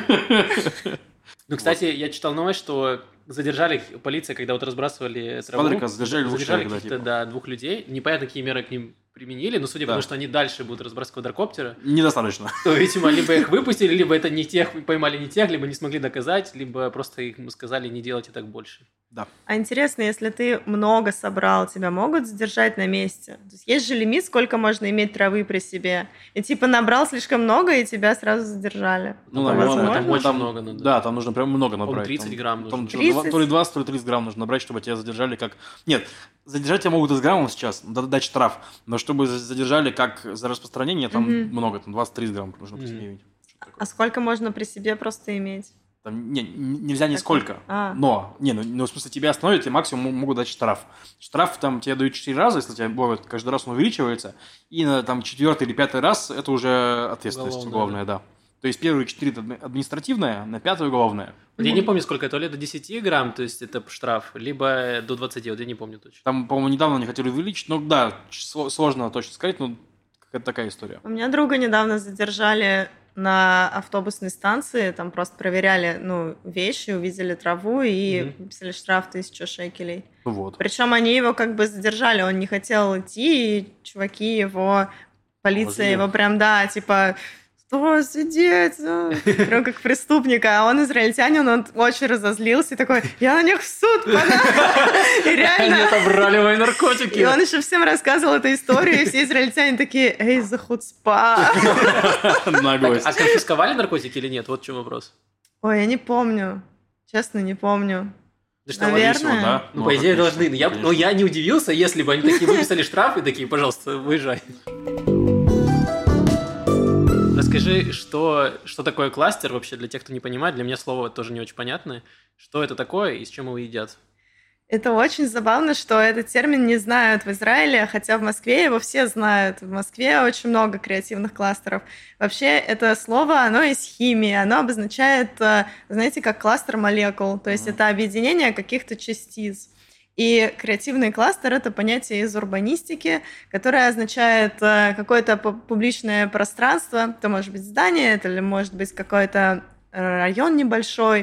Speaker 1: место. Ну, кстати, я читал новость, что задержали полиция, когда вот разбрасывали траву.
Speaker 2: Квадрика задержали двух человек, да,
Speaker 1: каких-то,
Speaker 2: типа.
Speaker 1: да, двух людей. Непонятно, какие меры к ним применили, но судя
Speaker 2: Да.
Speaker 1: по тому, что они дальше будут разбрасывать квадрокоптеры,
Speaker 2: Недостаточно.
Speaker 1: то, видимо, либо их выпустили, либо это не тех, поймали не тех, либо не смогли доказать, либо просто им сказали не делайте так больше.
Speaker 2: Да.
Speaker 3: А интересно, если ты много собрал, тебя могут задержать на месте? То есть, есть же лимит, сколько можно иметь травы при себе. И типа набрал слишком много, и тебя сразу задержали.
Speaker 2: Ну,
Speaker 3: Это
Speaker 2: наверное,
Speaker 3: возможно?
Speaker 1: там очень много надо.
Speaker 2: Да, там нужно прям много
Speaker 1: По-моему,
Speaker 2: набрать.
Speaker 1: тридцать
Speaker 2: Там-
Speaker 1: грамм
Speaker 2: Там
Speaker 1: нужно.
Speaker 2: что-то два-
Speaker 3: тридцать?
Speaker 2: то ли двадцать, то ли тридцать грамм нужно набрать, чтобы тебя задержали как... Нет, задержать тебя могут из граммов сейчас, да- дать штраф, но чтобы за- задержали как за распространение, там
Speaker 3: Мгм.
Speaker 2: много, там двадцать-тридцать грамм нужно при
Speaker 1: Мгм.
Speaker 2: себе иметь. Что-то такое.
Speaker 3: А сколько можно при себе просто иметь?
Speaker 2: Там, не, н- нельзя нисколько,
Speaker 3: А.
Speaker 2: но, не, ну, ну, в смысле, тебя остановят, тебе максимум м- могут дать штраф. Штраф там тебе дают четыре раза, если тебя бывает, каждый раз он увеличивается, и на там четвертый или пятый раз это уже ответственность
Speaker 1: Уголовная,
Speaker 2: уголовная, да. То есть первые четыре это адми- административная, на пятую уголовная.
Speaker 1: Вот я не помню, сколько, то ли до десяти грамм, то есть это штраф, либо до двадцати, вот я не помню точно.
Speaker 2: Там, по-моему, недавно они хотели увеличить, но да, ч- сло- сложно точно сказать, но какая-то такая история.
Speaker 3: У меня друга недавно задержали на автобусной станции, там просто проверяли, ну, вещи, увидели траву и
Speaker 1: Мгм.
Speaker 3: выписали штраф тысячу шекелей.
Speaker 2: Ну вот.
Speaker 3: Причем они его как бы задержали, он не хотел идти, и чуваки его, полиция
Speaker 2: Положили.
Speaker 3: его прям, да, типа, что сидеть, ну, прям как преступника, а он израильтянин, он очень разозлился и такой, я на них в суд подам. И
Speaker 1: Они
Speaker 3: реально,
Speaker 1: отобрали мои наркотики.
Speaker 3: и он еще всем рассказывал эту историю, и все израильтяне такие, эй, за хуцпа.
Speaker 2: Наглость.
Speaker 1: А конфисковали наркотики или нет? Вот в чем вопрос.
Speaker 3: Ой, я не помню, честно, не помню.
Speaker 1: Да что,
Speaker 3: Наверное.
Speaker 2: Скорее всего, да.
Speaker 1: Ну, по идее,
Speaker 2: конечно,
Speaker 1: должны. Но я, но
Speaker 2: конечно.
Speaker 1: я не удивился, если бы они такие выписали штраф и такие, пожалуйста, выезжай. Расскажи, что, что такое кластер вообще для тех, кто не понимает. Для меня слово тоже не очень понятное. Что это такое и с чем его едят?
Speaker 3: Это очень забавно, что этот термин не знают в Израиле, хотя в Москве его все знают. В Москве очень много креативных кластеров. Вообще, это слово, оно из химии, оно обозначает, э, знаете, как кластер молекул, то есть
Speaker 2: Мгм.
Speaker 3: это объединение каких-то частиц. И креативный кластер — это понятие из урбанистики, которое означает э, какое-то пу- публичное пространство. Это может быть здание, это или может быть какой-то э, район небольшой,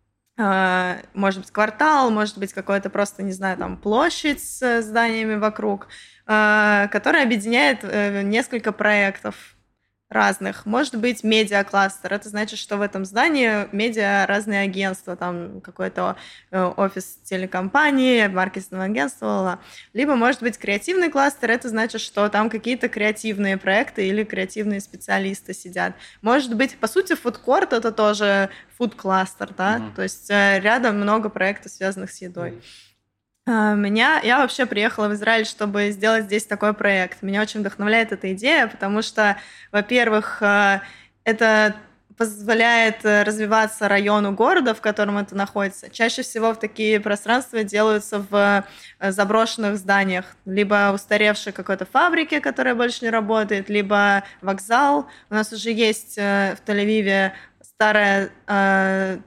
Speaker 3: э, может быть квартал, может быть какой-то просто, не знаю, там площадь с зданиями вокруг, э, которая объединяет э, несколько проектов разных. Может быть медиакластер. Это значит, что в этом здании медиа разные агентства, там какой-то э, офис телекомпании, маркетинговое агентство, ла-ла. Либо может быть креативный кластер. Это значит, что там какие-то креативные проекты или креативные специалисты сидят. Может быть, по сути, фудкорт — это тоже фуд-кластер, да?
Speaker 2: Мгм.
Speaker 3: То есть э, рядом много проектов, связанных с едой. А, Меня, я вообще приехала в Израиль, чтобы сделать здесь такой проект. Меня очень вдохновляет эта идея, потому что, во-первых, э, это позволяет э, развиваться району города, в котором это находится. Чаще всего в такие пространства делаются в э, заброшенных зданиях, либо устаревшей какой-то фабрике, которая больше не работает, либо вокзал. У нас уже есть э, в Тель-Авиве старая э,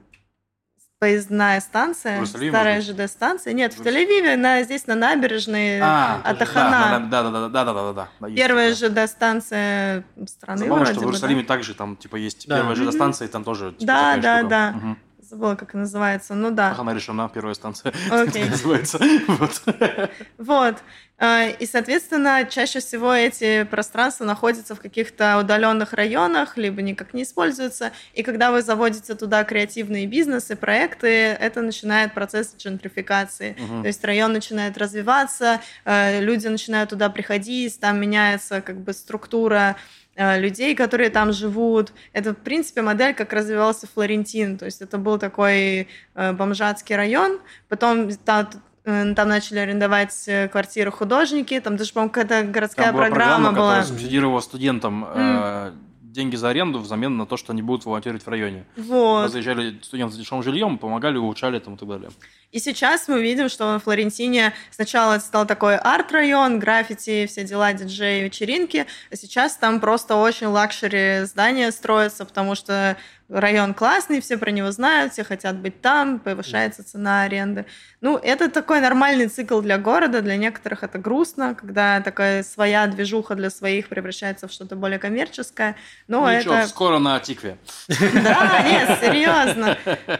Speaker 3: поездная станция,
Speaker 2: В Иерусалиме,
Speaker 3: старая
Speaker 2: может быть?
Speaker 3: ЖД-станция. Нет, в
Speaker 2: В
Speaker 3: Тель-Авиве, на, здесь на набережной
Speaker 2: А,
Speaker 3: от
Speaker 2: да,
Speaker 3: Ахана.
Speaker 2: да, да, да, да, да, да, да, да, есть
Speaker 3: Первая
Speaker 2: такое.
Speaker 3: ЖД-станция страны
Speaker 2: Забавно,
Speaker 3: вроде
Speaker 2: что в
Speaker 3: бы,
Speaker 2: Иерусалиме
Speaker 3: да?
Speaker 2: также там, типа, есть
Speaker 1: Да.
Speaker 2: первая
Speaker 3: Мгм.
Speaker 2: ЖД-станция, и там тоже, типа,
Speaker 3: Да,
Speaker 2: такая
Speaker 3: да,
Speaker 2: штука.
Speaker 3: да.
Speaker 2: Мгм.
Speaker 3: Забыла, как она называется. Ну да.
Speaker 2: Она решена, первая станция.
Speaker 3: Окей.
Speaker 2: Так называется. Вот.
Speaker 3: Вот. Э, И, соответственно, чаще всего эти пространства находятся в каких-то удаленных районах, либо никак не используются. И когда вы заводите туда креативные бизнесы, проекты, это начинает процесс джентрификации.
Speaker 2: Мгм.
Speaker 3: То есть район начинает развиваться, э, люди начинают туда приходить, там меняется как бы структура э, людей, которые там живут. Это, в принципе, модель, как развивался Флорентин. То есть это был такой э, бомжатский район, потом та- э, там начали арендовать э, квартиры художники, там даже, по-моему, какая-то городская
Speaker 2: Там была
Speaker 3: программа,
Speaker 2: программа,
Speaker 3: была.
Speaker 2: которая субсидировала студентам э, деньги за аренду взамен на то, что они будут волонтерить в районе.
Speaker 3: Вот.
Speaker 2: Заезжали студенты с дешевым жильем, помогали, улучшали там и так далее.
Speaker 3: И сейчас мы видим, что во Флорентине сначала это стал такой арт-район, граффити, все дела, диджеи, вечеринки, а сейчас там просто очень лакшери здания строятся, потому что район классный, все про него знают, все хотят быть там, повышается цена аренды. Ну, это такой нормальный цикл для города, для некоторых это грустно, когда такая своя движуха для своих превращается в что-то более коммерческое. Но
Speaker 2: Ничего,
Speaker 3: это...
Speaker 2: скоро на Тикве.
Speaker 3: Да, нет, серьезно.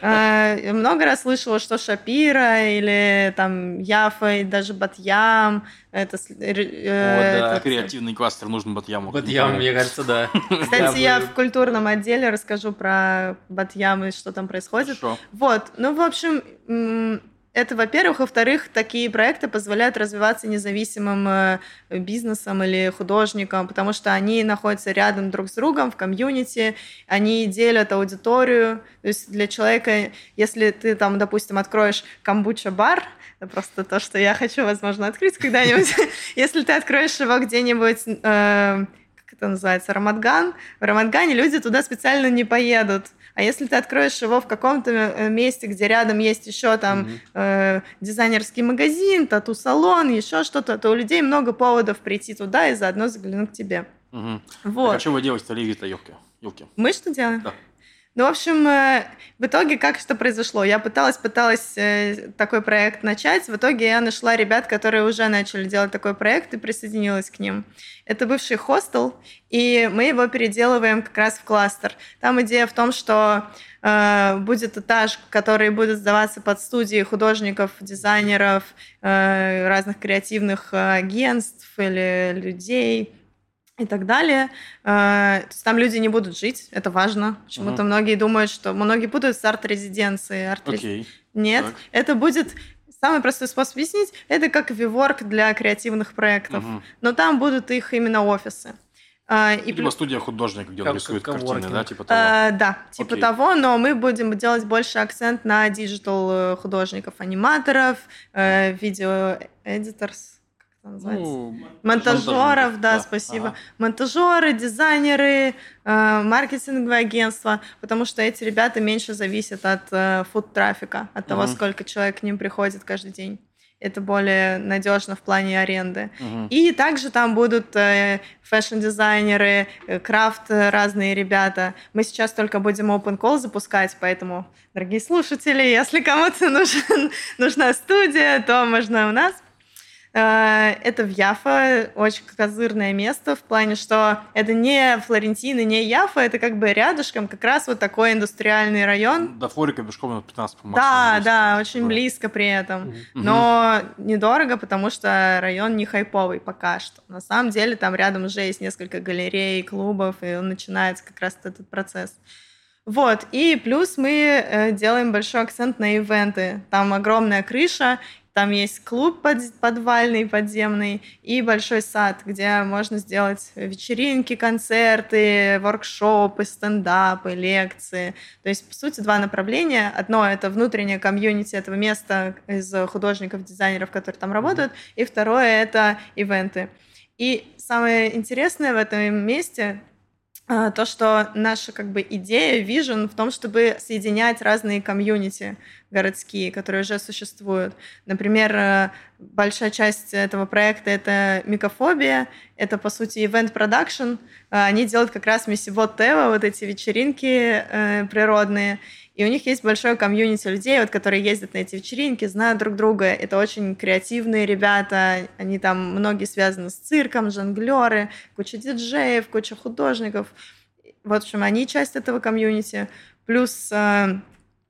Speaker 3: Э, Много раз слышала, что Шапира или там Яфа и даже Батьям. Это, с- ре- э,
Speaker 1: О, да.
Speaker 3: этот-
Speaker 2: Креативный кластер нужен Батьяму.
Speaker 1: Батьям, мне кажется, да.
Speaker 3: Кстати, я
Speaker 1: бы-
Speaker 3: в культурном отделе расскажу про Батьям и что там происходит.
Speaker 2: Хорошо.
Speaker 3: Вот, ну, в общем, м, это, во-первых. Во-вторых, такие проекты позволяют развиваться независимым э, бизнесом или художникам, потому что они находятся рядом друг с другом в комьюнити, они делят аудиторию. То есть для человека, если ты там, допустим, откроешь камбуча-бар, это просто то, что я хочу, возможно, открыть когда-нибудь. Если ты откроешь его где-нибудь, э, как это называется, Рамадган, в Рамадгане люди туда специально не поедут. А если ты откроешь его в каком-то э, месте, где рядом есть еще там
Speaker 1: Мгм.
Speaker 3: э, дизайнерский магазин, тату-салон, еще что-то, то у людей много поводов прийти туда и заодно заглянуть к тебе.
Speaker 2: Мгм.
Speaker 3: Вот.
Speaker 2: Так, а что вы делаете-то, Ливи-то, елки? Елки.
Speaker 3: Мы что делаем?
Speaker 2: Да.
Speaker 3: Ну, в общем, э, в итоге как что произошло? Я пыталась, пыталась э, такой проект начать. В итоге я нашла ребят, которые уже начали делать такой проект, и присоединилась к ним. Это бывший хостел, и мы его переделываем как раз в кластер. Там идея в том, что э, будет этаж, который будет сдаваться под студии художников, дизайнеров, э, разных креативных э, агентств или людей и так далее. Э, То есть там люди не будут жить, это важно. Почему-то многие думают, что... Многие путают с арт-резиденцией. Арт-рез-
Speaker 2: Окей.
Speaker 3: Нет,
Speaker 2: Так.
Speaker 3: это будет... Самый простой способ объяснить, это как виворк для креативных проектов.
Speaker 2: Мгм.
Speaker 3: Но там будут их именно офисы. А, И
Speaker 2: Либо
Speaker 3: плюс-
Speaker 2: студия художника, где он
Speaker 1: Как-
Speaker 2: рисует
Speaker 1: как
Speaker 2: картины,
Speaker 1: коворкинг.
Speaker 2: да, типа того.
Speaker 3: Э, да, типа
Speaker 2: Окей.
Speaker 3: того, но мы будем делать больше акцент на диджитал художников, аниматоров, э, видеоэдиторс, как это называется?
Speaker 2: Ну,
Speaker 3: Монтажеров, да,
Speaker 2: да.
Speaker 3: спасибо.
Speaker 2: Ага.
Speaker 3: Монтажеры, дизайнеры, э, маркетинговые агентства, потому что эти ребята меньше зависят от э, фуд-трафика, от того,
Speaker 2: Мгм.
Speaker 3: сколько человек к ним приходит каждый день. Это более надежно в плане аренды.
Speaker 2: Мгм.
Speaker 3: И также там будут э, фэшн-дизайнеры, э, крафт, э, разные ребята. Мы сейчас только будем open call запускать, поэтому, дорогие слушатели, если кому-то нужен, нужна студия, то можно у нас. Э, Это в Яфа, очень козырное место в плане, что это не Флорентина, не Яфа, это как бы рядышком как раз вот такой индустриальный район.
Speaker 2: До Флорика пешком минут пятнадцать по
Speaker 3: Да,
Speaker 2: максимуму.
Speaker 3: да,
Speaker 2: десять.
Speaker 3: очень
Speaker 2: Да.
Speaker 3: близко при этом.
Speaker 1: Мгм.
Speaker 3: Но недорого, потому что район не хайповый пока что. На самом деле там рядом уже есть несколько галерей, клубов, и он начинается как раз этот процесс. Вот, и плюс мы э, делаем большой акцент на ивенты. Там огромная крыша, там есть клуб под- подвальный, подземный, и большой сад, где можно сделать вечеринки, концерты, воркшопы, стендапы, лекции. То есть, по сути, два направления. Одно — это внутреннее комьюнити этого места из художников, дизайнеров, которые там работают, и второе — это ивенты. И самое интересное в этом месте а, то, что наша как бы идея, вижен в том, чтобы соединять разные комьюнити городские, которые уже существуют. Например, э, большая часть этого проекта — это микофобия, это, по сути, ивент-продакшн. Они делают как раз месибот Тева, вот эти вечеринки э, природные. И у них есть большое комьюнити людей, вот, которые ездят на эти вечеринки, знают друг друга. Это очень креативные ребята. Они там многие связаны с цирком, жонглеры, куча диджеев, куча художников. В общем, они часть этого комьюнити. Плюс э,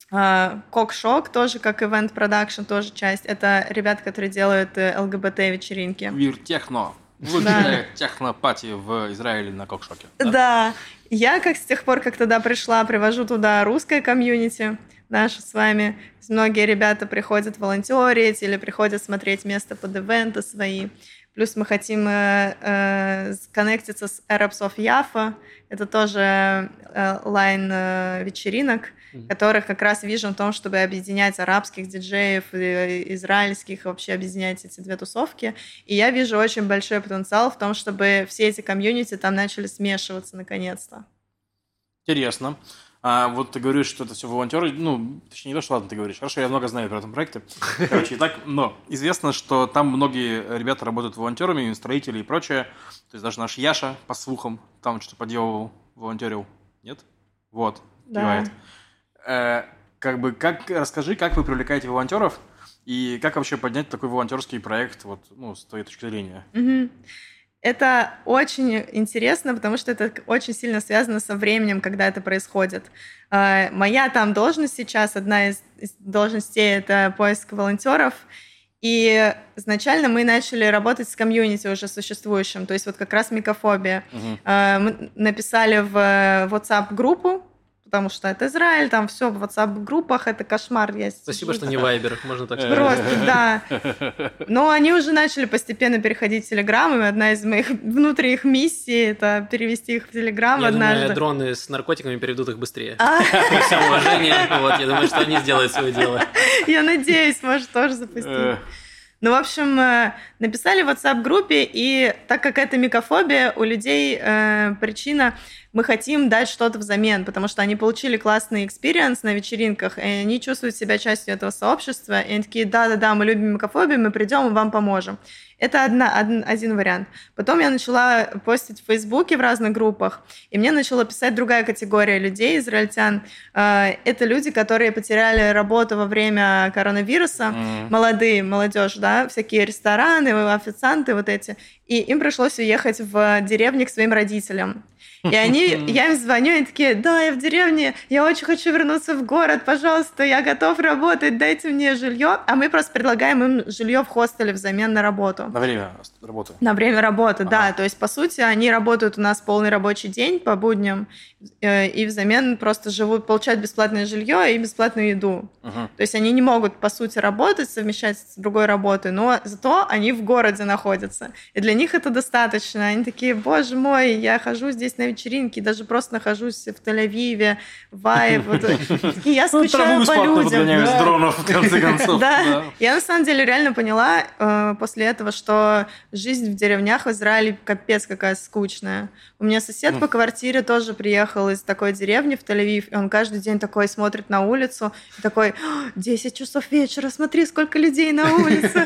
Speaker 3: э, Кок-шок тоже как ивент-продакшн, тоже часть. Это ребята, которые делают э, ЛГБТ-вечеринки.
Speaker 2: Вир-техно. Выглядит техно-пати в Израиле на Кокшоке.
Speaker 3: Да. Я, как с тех пор, как туда пришла, привожу туда русское комьюнити наше с вами. То есть многие ребята приходят волонтерить или приходят смотреть место под ивенты свои. Плюс мы хотим э, э, сконнектиться с Arabs of Jaffa. Это тоже э, лайн э, вечеринок,
Speaker 1: Мгм.
Speaker 3: которых как раз вижу в том, чтобы объединять арабских диджеев, и израильских, вообще объединять эти две тусовки. И я вижу очень большой потенциал в том, чтобы все эти комьюнити там начали смешиваться наконец-то.
Speaker 2: Интересно. А вот ты говоришь, что это все волонтеры. Ну, точнее, не то, что ладно, ты говоришь. Хорошо, я много знаю про этом проекте. Короче, и так, но известно, что там многие ребята работают волонтерами, строители и прочее. То есть даже наш Яша, по слухам, там что-то поделал, волонтерил. Нет? Вот.
Speaker 3: Да.
Speaker 2: кивает. Э, как бы, как, расскажи, как вы привлекаете волонтеров и как вообще поднять такой волонтерский проект, вот, ну, с твоей точки зрения?
Speaker 3: Мгм. Это очень интересно, потому что это очень сильно связано со временем, когда это происходит. А, Моя там должность сейчас, одна из из должностей, это поиск волонтеров. И изначально мы начали работать с комьюнити уже существующим, то есть вот как раз микофобия.
Speaker 2: Мгм.
Speaker 3: А, Мы написали в WhatsApp-группу, потому что это Израиль, там все в WhatsApp-группах, это кошмар есть.
Speaker 1: Спасибо, что не Вайбер, можно так сказать.
Speaker 3: Просто, да. Но они уже начали постепенно переходить в Телеграм, и одна из моих внутренних миссий — это перевести их в Телеграм
Speaker 1: Я
Speaker 3: однажды.
Speaker 1: думаю, дроны с наркотиками переведут их быстрее.
Speaker 3: А,
Speaker 1: При всем уважении, вот, я думаю, что они сделают свое дело.
Speaker 3: Я надеюсь, может, тоже запустить.
Speaker 2: Э,
Speaker 3: Ну, в общем, э, написали в WhatsApp-группе, и так как это микофобия, у людей э, причина, мы хотим дать что-то взамен, потому что они получили классный экспириенс на вечеринках, и они чувствуют себя частью этого сообщества, и они такие: да-да-да, мы любим микофобию, мы придем и вам поможем. Это одна, один, один вариант. Потом я начала постить в Фейсбуке в разных группах, и мне начала писать другая категория людей, израильтян. Э, Это люди, которые потеряли работу во время коронавируса,
Speaker 2: м.
Speaker 3: молодые, молодежь, да, всякие рестораны, официанты вот эти. И им пришлось уехать в деревню к своим родителям. И они, я им звоню, и они такие: да, я в деревне, я очень хочу вернуться в город, пожалуйста, я готов работать, дайте мне жилье. А мы просто предлагаем им жилье в хостеле взамен на работу.
Speaker 2: На время работы.
Speaker 3: На время работы, да.
Speaker 2: Ага.
Speaker 3: То есть, по сути, они работают у нас полный рабочий день по будням, э, и взамен просто живут, получают бесплатное жилье и бесплатную еду.
Speaker 2: Мгм.
Speaker 3: То есть они не могут, по сути, работать, совмещать с другой работой, но зато они в городе находятся. И для них это достаточно. Они такие: боже мой, я хожу здесь на вечеринки, даже просто нахожусь в Тель-Авиве, в Вайб. Вот. Такие: я
Speaker 2: Ну, траву
Speaker 3: скучаю по
Speaker 2: бесплатно
Speaker 3: людям.
Speaker 2: подгоняю с
Speaker 3: Да.
Speaker 2: дронов, в конце концов.
Speaker 3: Да.
Speaker 2: Да.
Speaker 3: Я на самом деле реально поняла э, после этого, что жизнь в деревнях в Израиле капец какая скучная. У меня сосед
Speaker 2: М.
Speaker 3: по квартире тоже приехал из такой деревни в Тель-Авив, и он каждый день такой смотрит на улицу, и такой: десять часов вечера, смотри, сколько людей на улице.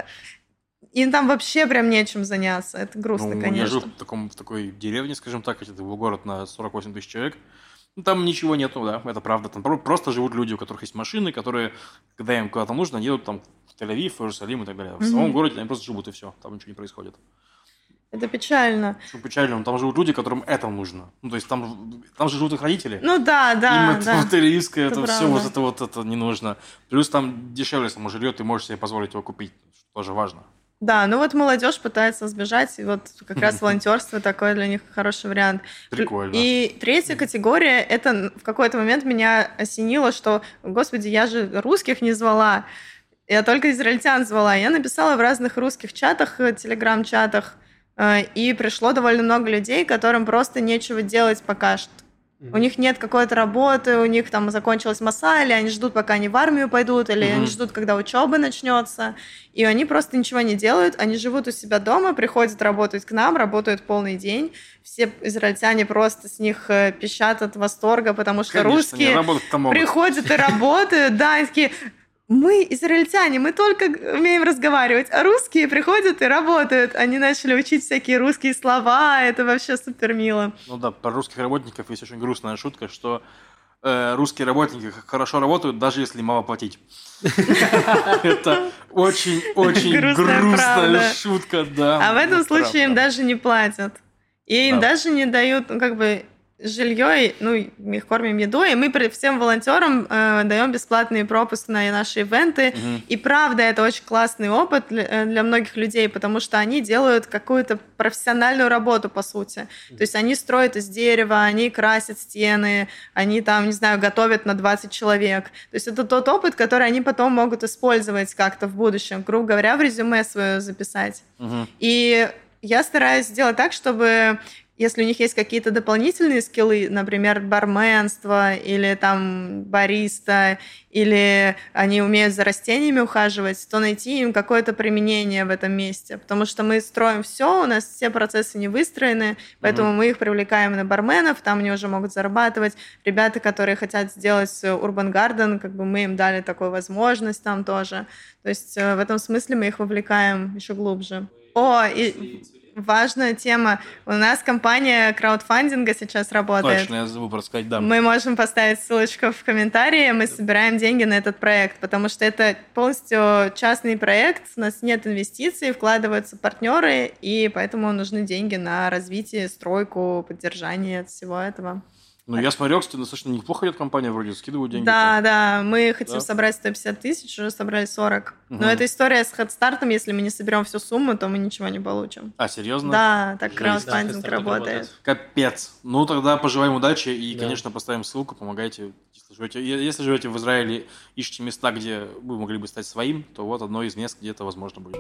Speaker 3: И там вообще прям нечем заняться. Это грустно,
Speaker 2: Ну, я жил
Speaker 3: конечно.
Speaker 2: в, таком, в такой деревне, скажем так, это был город на сорок восемь тысяч человек. Ну, там ничего нету, да, это правда. Там про- просто живут люди, у которых есть машины, которые, когда им куда-то нужно, они едут там в Тель-Авив, в Иерусалим и так далее. В
Speaker 3: Мгм.
Speaker 2: самом городе они просто живут, и все, там ничего не происходит.
Speaker 3: Это печально.
Speaker 2: Что печально, но там живут люди, которым это нужно. Ну, то есть там, там же живут их родители.
Speaker 3: Ну да,
Speaker 2: Им
Speaker 3: да,
Speaker 2: это
Speaker 3: да.
Speaker 2: вот тель-авивское,
Speaker 3: Это
Speaker 2: это все
Speaker 3: правда.
Speaker 2: вот это вот это не нужно. Плюс там дешевле само жилье, ты можешь себе позволить его купить, что тоже важно.
Speaker 3: Да, ну вот молодежь пытается сбежать, и вот как раз волонтерство такой для них хороший вариант.
Speaker 2: Прикольно.
Speaker 3: И третья категория, это в какой-то момент меня осенило, что, господи, я же русских не звала, я только израильтян звала. Я написала в разных русских чатах, э, телеграм-чатах, э, и пришло довольно много людей, которым просто нечего делать пока что. У них нет какой-то работы, у них там закончилась масса, или они ждут, пока они в армию пойдут, или
Speaker 2: Мгм.
Speaker 3: они ждут, когда учеба начнется, и они просто ничего не делают, они живут у себя дома, приходят работать к нам, работают полный день, все израильтяне просто с них э, пищат от восторга, потому что
Speaker 2: Конечно, не
Speaker 3: русские
Speaker 2: работать-то могут.
Speaker 3: приходят и работают, да, и такие: мы израильтяне, мы только умеем разговаривать, а русские приходят и работают. Они начали учить всякие русские слова, это вообще супер мило.
Speaker 2: Ну да, про русских работников есть очень грустная шутка, что э, русские работники х- хорошо работают, даже если мало платить. Это очень-очень
Speaker 3: Грустная
Speaker 2: грустная
Speaker 3: правда.
Speaker 2: шутка, да.
Speaker 3: А в этом
Speaker 2: ну,
Speaker 3: случае им
Speaker 2: правда.
Speaker 3: даже не платят. И им
Speaker 2: Да.
Speaker 3: даже не дают, ну, как бы, жилье, ну, мы их кормим едой, и мы при- всем волонтерам э, даем бесплатный пропуск на наши ивенты.
Speaker 2: Мгм.
Speaker 3: И правда, это очень классный опыт для, э, для многих людей, потому что они делают какую-то профессиональную работу, по сути. То есть они строят из дерева, они красят стены, они там, не знаю, готовят на двадцать человек. То есть это тот опыт, который они потом могут использовать как-то в будущем, грубо говоря, в резюме свое записать.
Speaker 2: Мгм.
Speaker 3: И я стараюсь сделать так, чтобы, если у них есть какие-то дополнительные скиллы, например, барменство или там бариста, или они умеют за растениями ухаживать, то найти им какое-то применение в этом месте. Потому что мы строим все, у нас все процессы не выстроены, поэтому мы их привлекаем на барменов, там они уже могут зарабатывать. Ребята, которые хотят сделать Urban Garden, как бы мы им дали такую возможность там тоже. То есть э, в этом смысле мы их вовлекаем еще глубже. О, и важная тема. У нас компания краудфандинга сейчас работает.
Speaker 2: Точно, я забыл просто сказать, да.
Speaker 3: Мы можем поставить ссылочку в комментарии. Мы собираем деньги на этот проект, потому что это полностью частный проект. У нас нет инвестиций, вкладываются партнеры, и поэтому нужны деньги на развитие, стройку, поддержание всего этого.
Speaker 2: Ну, я смотрел, кстати, достаточно неплохо идет компания, вроде скидывают деньги.
Speaker 3: Да, да, мы хотим
Speaker 2: Да?
Speaker 3: собрать сто пятьдесят тысяч, уже собрали сорок.
Speaker 2: Угу.
Speaker 3: Но эта история с хедстартом, если мы не соберем всю сумму, то мы ничего не получим.
Speaker 2: А, серьезно?
Speaker 3: Да, так
Speaker 2: Жесть.
Speaker 3: краудфандинг
Speaker 1: Да,
Speaker 3: работает.
Speaker 1: работает.
Speaker 2: Капец. Ну, тогда пожелаем удачи и,
Speaker 1: Да.
Speaker 2: конечно, поставим ссылку, помогайте. Если живете, если живете в Израиле, ищите места, где вы могли бы стать своим, то вот одно из мест, где это возможно будет.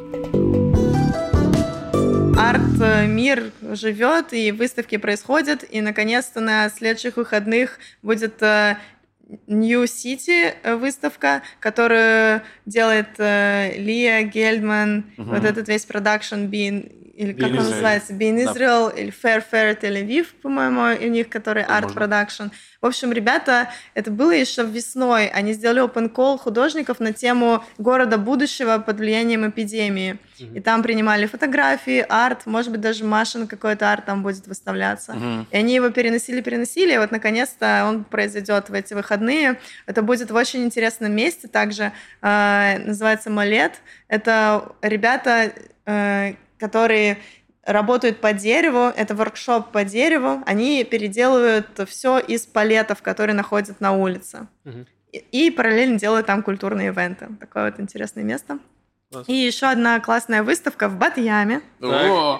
Speaker 3: Арт-мир живет, и выставки происходят, и, наконец-то, на следующих выходных будет э, New City выставка, которую делает э, Лия Гельдман,
Speaker 2: Мгм.
Speaker 3: вот этот весь продакшн Bein, или как
Speaker 2: Bein
Speaker 3: он
Speaker 2: Israel.
Speaker 3: называется, Bein
Speaker 2: Да.
Speaker 3: Israel, или Fair Fair Tel Aviv, по-моему, у них, который
Speaker 2: Возможно.
Speaker 3: арт-продакшн. В общем, ребята, это было еще весной, они сделали open call художников на тему города будущего под влиянием эпидемии. И там принимали фотографии, арт, может быть, даже Машин какой-то арт там будет выставляться.
Speaker 2: Мгм.
Speaker 3: И они его переносили, переносили, и вот, наконец-то, он произойдет в эти выходные. Это будет в очень интересном месте также, э, называется Молет. Это ребята, э, которые работают по дереву, это воркшоп по дереву, они переделывают все из палетов, которые находят на улице.
Speaker 1: Мгм.
Speaker 3: И, и параллельно делают там культурные ивенты. Такое вот интересное место.
Speaker 1: Класс.
Speaker 3: И еще одна классная выставка в Батьяме.
Speaker 2: О!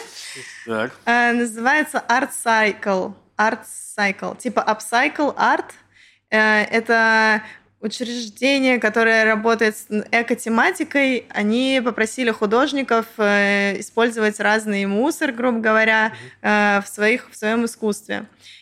Speaker 2: Так.
Speaker 3: Э, называется Art Cycle. Art Cycle. Типа Upcycle Art. Э, это учреждение, которое работает с эко-тематикой. Они попросили художников э, использовать разный мусор, грубо говоря, э, в, своих, в своем искусстве.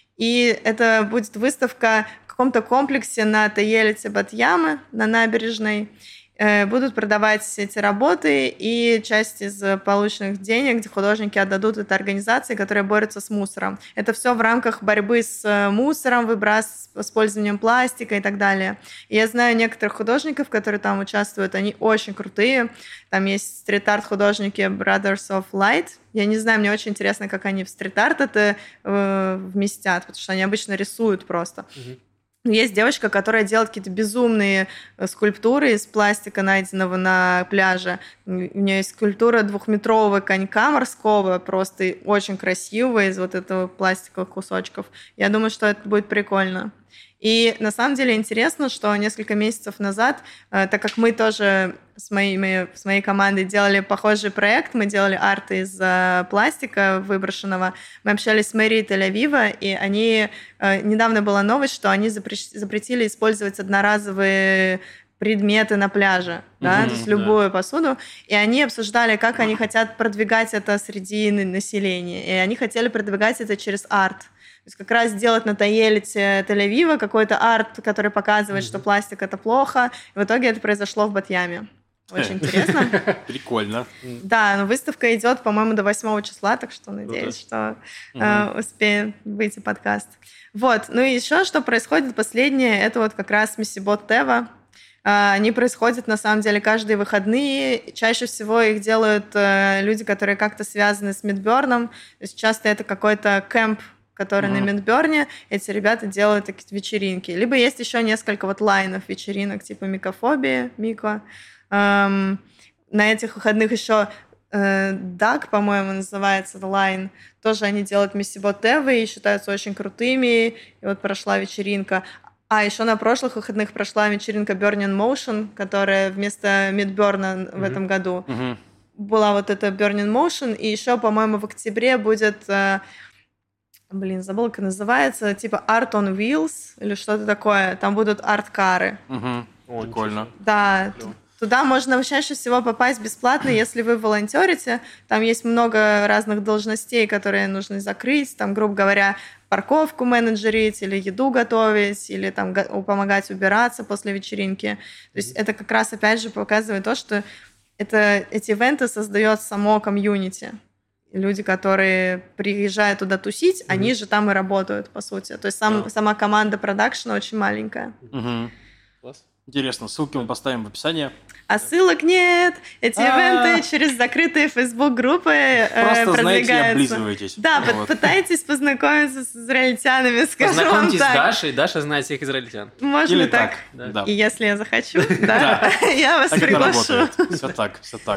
Speaker 3: И это будет выставка в каком-то комплексе на Таелете Батьямы, на набережной. Э, Будут продавать эти работы, и часть из полученных денег, где художники отдадут это организации, которые борются с мусором. Это все в рамках борьбы с э, мусором, выброс, с использованием пластика и так далее. И я знаю некоторых художников, которые там участвуют, они очень крутые. Там есть стрит-арт художники Brothers of Light. Я не знаю, мне очень интересно, как они в стрит-арт это э, вместят, потому что они обычно рисуют просто.
Speaker 1: Мгм.
Speaker 3: Есть девочка, которая делает какие-то безумные э, скульптуры из пластика, найденного на пляже. У нее есть скульптура двухметрового конька морского, просто очень красивая, из вот этого пластиковых кусочков. Я думаю, что это будет прикольно. И на самом деле интересно, что несколько месяцев назад, э, так как мы тоже с, моими, с моей командой делали похожий проект, мы делали арт из э, пластика выброшенного, мы общались с мэрией Тель-Авива, и они... э, недавно была новость, что они запрещ- запретили использовать одноразовые предметы на пляже, да,
Speaker 2: Мгм,
Speaker 3: то есть
Speaker 1: да.
Speaker 3: любую посуду, и они обсуждали, как они хотят продвигать это среди на- населения, и они хотели продвигать это через арт. То есть как раз сделать на Таелете Тель-Авива какой-то арт, который показывает, что пластик — это плохо. И в итоге это произошло в Батьяме. Очень интересно.
Speaker 2: Прикольно.
Speaker 3: Да, но выставка идет, по-моему, до восьмого числа, так что надеюсь, что э, успеет выйти подкаст. Вот, ну и еще что происходит последнее, это вот как раз Мессибот Тева. Э, Они происходят, на самом деле, каждые выходные. Чаще всего их делают э, люди, которые как-то связаны с Мидберном. То есть часто это какой-то кэмп, который
Speaker 2: Мгм.
Speaker 3: на Мидберне. Эти ребята делают такие вечеринки. Либо есть еще несколько вот лайнов вечеринок, типа Микофобия, Мико. Эм, на этих выходных еще Дак, по-моему, называется лайн. Тоже они делают Мессибот Тевы и считаются очень крутыми. И вот прошла вечеринка. А еще на прошлых выходных прошла вечеринка Burning Motion, которая вместо Мидберна в
Speaker 1: Мгм.
Speaker 3: этом году.
Speaker 2: Мгм.
Speaker 3: Была вот эта Burning Motion. И еще, по-моему, в октябре будет... э, Блин, забыла, как называется. Типа Art on Wheels или что-то такое. Там будут арт-кары.
Speaker 2: Мгм.
Speaker 1: О,
Speaker 2: Прикольно.
Speaker 3: Да,
Speaker 1: Клево.
Speaker 3: т- туда можно чаще всего попасть бесплатно, если вы волонтерите. Там есть много разных должностей, которые нужно закрыть. Там, грубо говоря, парковку менеджерить, или еду готовить, или там го- помогать убираться после вечеринки. То есть это как раз, опять же, показывает то, что это, эти ивенты создает само комьюнити. Люди, которые приезжают туда тусить,
Speaker 1: Мгм.
Speaker 3: они же там и работают, по сути. То есть сам,
Speaker 1: Да.
Speaker 3: сама команда продакшена очень маленькая.
Speaker 2: Мгм.
Speaker 1: Класс.
Speaker 2: Интересно, ссылки мы поставим в описании.
Speaker 3: А ссылок нет. Эти ивенты через закрытые Facebook-группы э,
Speaker 2: Просто знаете,
Speaker 3: продвигаются.
Speaker 2: облизываетесь.
Speaker 3: Да,
Speaker 2: Вот.
Speaker 3: вот. Пытайтесь познакомиться с израильтянами, скажу вам
Speaker 1: Познакомьтесь с
Speaker 3: так.
Speaker 1: Дашей, Даша знает всех израильтян.
Speaker 3: Можно
Speaker 2: Или
Speaker 3: так.
Speaker 2: так.
Speaker 1: Да.
Speaker 2: Да.
Speaker 3: И если я захочу, да, я вас
Speaker 2: Так это
Speaker 3: приглашу.
Speaker 2: работает. Все так, все так.